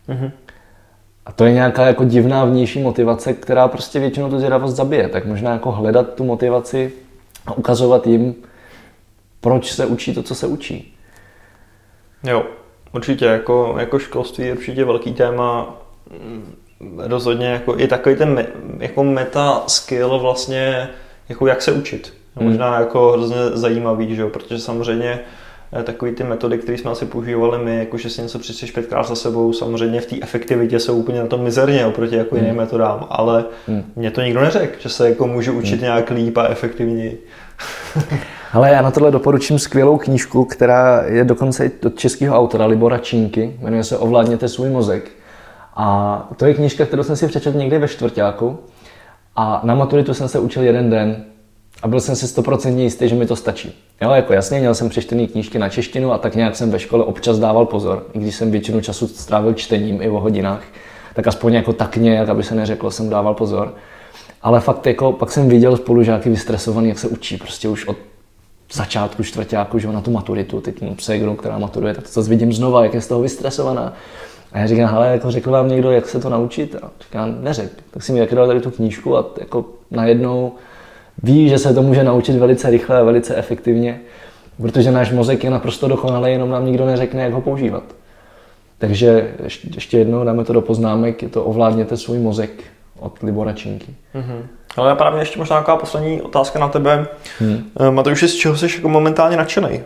A to je nějaká jako divná vnější motivace, která prostě většinou tu zvědavost zabije. Tak možná jako hledat tu motivaci a ukazovat jim, proč se učí to, co se učí. Jo, určitě. Jako školství je určitě velký téma. Rozhodně jako i takový ten jako meta skill vlastně, jako jak se učit. Možná jako hrozně zajímavý, že jo? Protože samozřejmě takový ty metody, které jsme asi používali my, jako že si něco přečteš 5krát za sebou, samozřejmě v té efektivitě jsou úplně na tom mizerně oproti jako jiným metodám, ale mě to nikdo neřekl, že se jako můžu učit nějak líp a efektivněji. Ale já na tohle doporučím skvělou knížku, která je dokonce od českého autora Libora Čínky, jmenuje se Ovládněte svůj mozek. A to je knížka, kterou jsem si přečetl někdy ve čtvrťáku a na maturitu jsem se učil 1 den a byl jsem si 100% jistý, že mi to stačí. Jo, jako jasně, měl jsem přečtený knížky na češtinu a tak nějak jsem ve škole občas dával pozor, i když jsem většinu času strávil čtením i o hodinách, tak aspoň jako tak nějak, aby se neřeklo, jsem dával pozor. Ale fakt jako pak jsem viděl spolužáky vystresovaný, jak se učí, prostě už od začátku čtvrťáku, že na tu maturitu, teď mám ségru, která maturuje, tak to zase vidím znova, jak je z toho vystresovaná. A já říkám, hele, jako řekl vám někdo, jak se to naučit? A říkám, neřekl. Tak si mi taky dal tady tu knížku a jako najednou ví, že se to může naučit velice rychle a velice efektivně, protože náš mozek je naprosto dokonalý, jenom nám nikdo neřekne, jak ho používat. Takže ještě jednou dáme to do poznámek, je to Ovládněte svůj mozek od Libora Činky. Ale napadá mě ještě možná taková poslední otázka na tebe. Matouši, z čeho jsi jako momentálně nadšenej?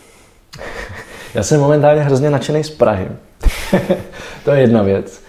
Já jsem momentálně hrozně nadšenej z Prahy. To je jedna věc.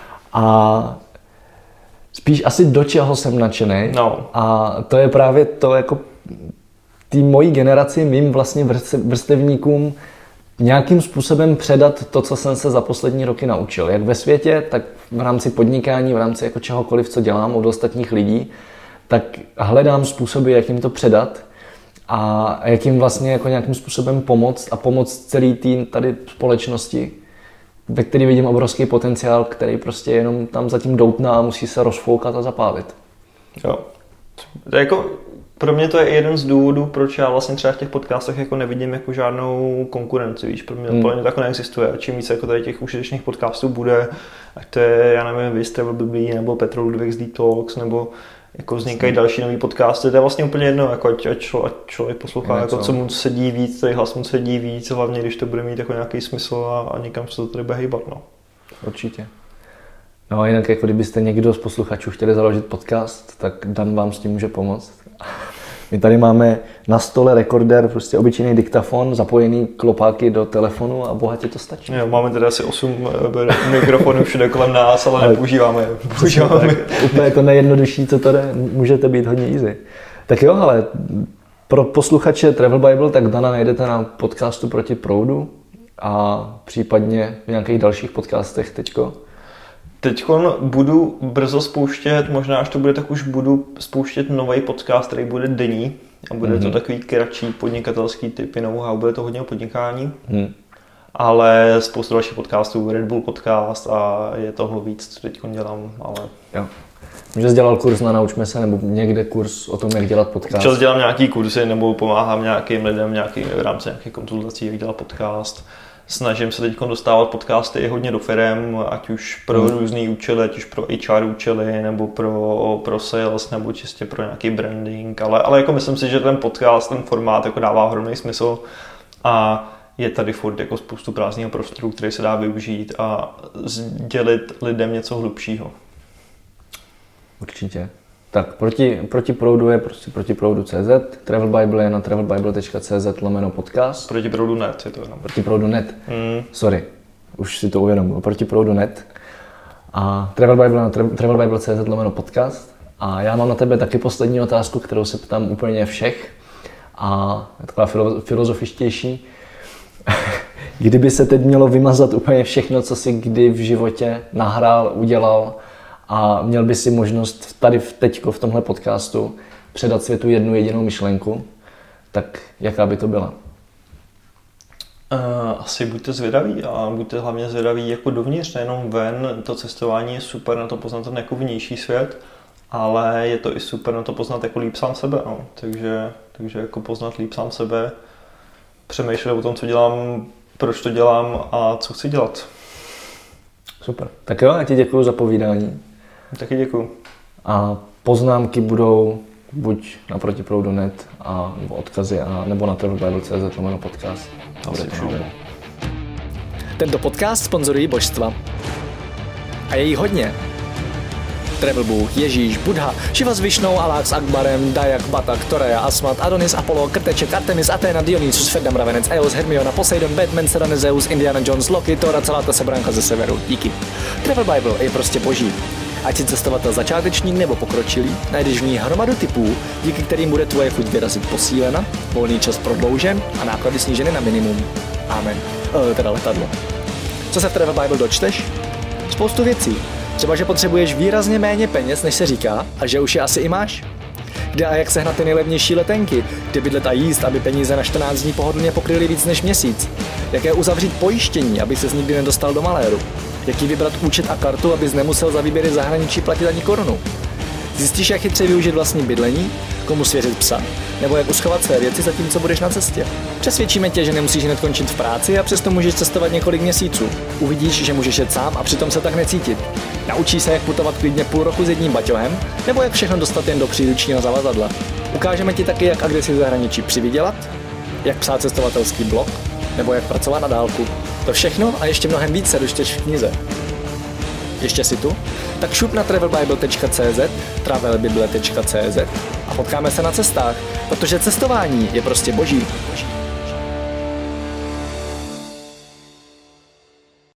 A spíš asi do čeho jsem nadšenej. No. A to je právě to jako té mojí generaci, mým vlastně vrstevníkům nějakým způsobem předat to, co jsem se za poslední roky naučil. Jak ve světě, tak v rámci podnikání, v rámci jako čehokoliv, co dělám od ostatních lidí, tak hledám způsoby, jak jim to předat a jak jim vlastně jako nějakým způsobem pomoct a pomoct celý tým tady společnosti, ve který vidím obrovský potenciál, který prostě jenom tam zatím doutná a musí se rozfoukat a zapálit. Jo. To je jako, pro mě to je jeden z důvodů, proč já vlastně třeba v těch podcastech jako nevidím jako žádnou konkurenci, víš, pro mě to jako neexistuje. A čím víc jako tady těch užitečných podcastů bude, ať to je, já nevím, Vys Travel Blbý, nebo Petr Ludvík z Talks, nebo jako vznikají další nový podcasty, to je vlastně úplně jedno, jako ať člověk poslouchá, jako co mu sedí víc, tady hlas mu sedí víc, hlavně když to bude mít jako nějaký smysl a někam se to tady bude hýbat, no. Určitě. No a jinak, jako kdybyste někdo z posluchačů chtěli založit podcast, tak Dan vám s tím může pomoct. My tady máme na stole rekorder, prostě obyčejný diktafon, zapojený klopáky do telefonu a bohatě to stačí. Jo, máme tady asi 8 mikrofonů všude kolem nás, ale nepoužíváme je. Úplně to nejjednodušší, co to jde, můžete být hodně easy. Tak jo, ale pro posluchače Travel Bible, tak Dana najdete na podcastu Proti proudu a případně v nějakých dalších podcastech teďko. Teďkon budu brzo spouštět, možná až to bude, tak už budu spouštět nový podcast, který bude denní a bude to takový kratší podnikatelský typ, know-how, bude to hodně o podnikání, ale spoustu dalších podcastů, Red Bull podcast a je toho víc, co teďkon dělám, ale... Jo. Že jsi dělal kurz na Naučme se, nebo někde kurz o tom, jak dělat podcast? Občas dělám nějaký kurzy, nebo pomáhám nějakým lidem v rámci nějakých konzultací, jak dělat podcast. Snažím se teď dostávat podcasty i hodně do firem, ať už pro různý účely, ať už pro HR účely, nebo pro sales, nebo čistě pro nějaký branding, ale jako myslím si, že ten podcast, ten formát jako dává ohromný smysl a je tady furt jako spoustu prázdného prostoru, který se dá využít a sdělit lidem něco hlubšího. Určitě. Tak proti proudu je prostě protiproudu.cz, Travel Bible je na travelbible.cz/podcast. Protiproudu.net je to jenom. Protiproudu.net. Sorry, už si to uvědomil. Protiproudu.net a Travel Bible na travelbible.cz/podcast. A já mám na tebe taky poslední otázku, kterou se ptám úplně všech a je taková filozofičtější. Kdyby se teď mělo vymazat úplně všechno, co jsi kdy v životě nahrál, udělal, a měl by si možnost tady teďko v tomhle podcastu předat světu jednu jedinou myšlenku, tak jaká by to byla? Asi buďte zvědaví a buďte hlavně zvědaví jako dovnitř, nejenom ven. To cestování je super na to poznat ten jako vnější svět, ale je to i super na to poznat jako líp sám sebe. No. Takže jako poznat líp sám sebe, přemýšlet o tom, co dělám, proč to dělám a co chci dělat. Super. Tak jo, já ti děkuju za povídání. Taky děkuju. A poznámky budou buď na protiproudu.net a odkazy nebo na travelbible.cz/podcast. Tento podcast sponzorují božstva. A je jich hodně. Travel Bůh, Ježíš, Buddha, Šiva s Višnou, Alák s Akbarem, Dajak, Batak, Toreja, Asmat, Adonis, Apollo, Krteček, Artemis, Athena, Dionysus, Ferdam, Ravenec, Eos, Hermiona, Poseidon, Batman, Serena, Zeus, Indiana Jones, Loki, Thor a celá ta sebranka ze severu. Díky. Travel Bible je prostě boží. Ať si cestovatel začátečník nebo pokročilý, najdeš v ní hromadu tipů, díky kterým bude tvoje chuť vyrazit posílena, volný čas prodloužen a náklady sníženy na minimum. Amen. Teda letadlo. Co se v Travel Bible dočteš? Spoustu věcí. Třeba, že potřebuješ výrazně méně peněz, než se říká, a že už je asi i máš. Kde a jak sehnat ty nejlevnější letenky, kde bydlet a jíst, aby peníze na 14 dní pohodlně pokryly víc než měsíc. Jaké uzavřít pojištění, aby ses nikdy nedostal do maléru. Jaký vybrat účet a kartu, abys nemusel za výběry v zahraničí platit ani korunu. Zjistíš, jak chytře využít vlastní bydlení, komu svěřit psa, nebo jak uschovat své věci zatímco budeš na cestě. Přesvědčíme tě, že nemusíš hned končit v práci a přesto můžeš cestovat několik měsíců. Uvidíš, že můžeš jet sám a přitom se tak necítit. Naučíš se, jak putovat klidně půl roku s jedním baťohem, nebo jak všechno dostat jen do příručního zavazadla. Ukážeme ti taky, jak a kde si v zahraničí přivydělat, jak psát cestovatelský blog, nebo jak pracovat na dálku. To všechno a ještě mnohem víc se dočteš v knize. Ještě si tu? Tak šup na travelbible.cz, travelbible.cz a potkáme se na cestách, protože cestování je prostě boží.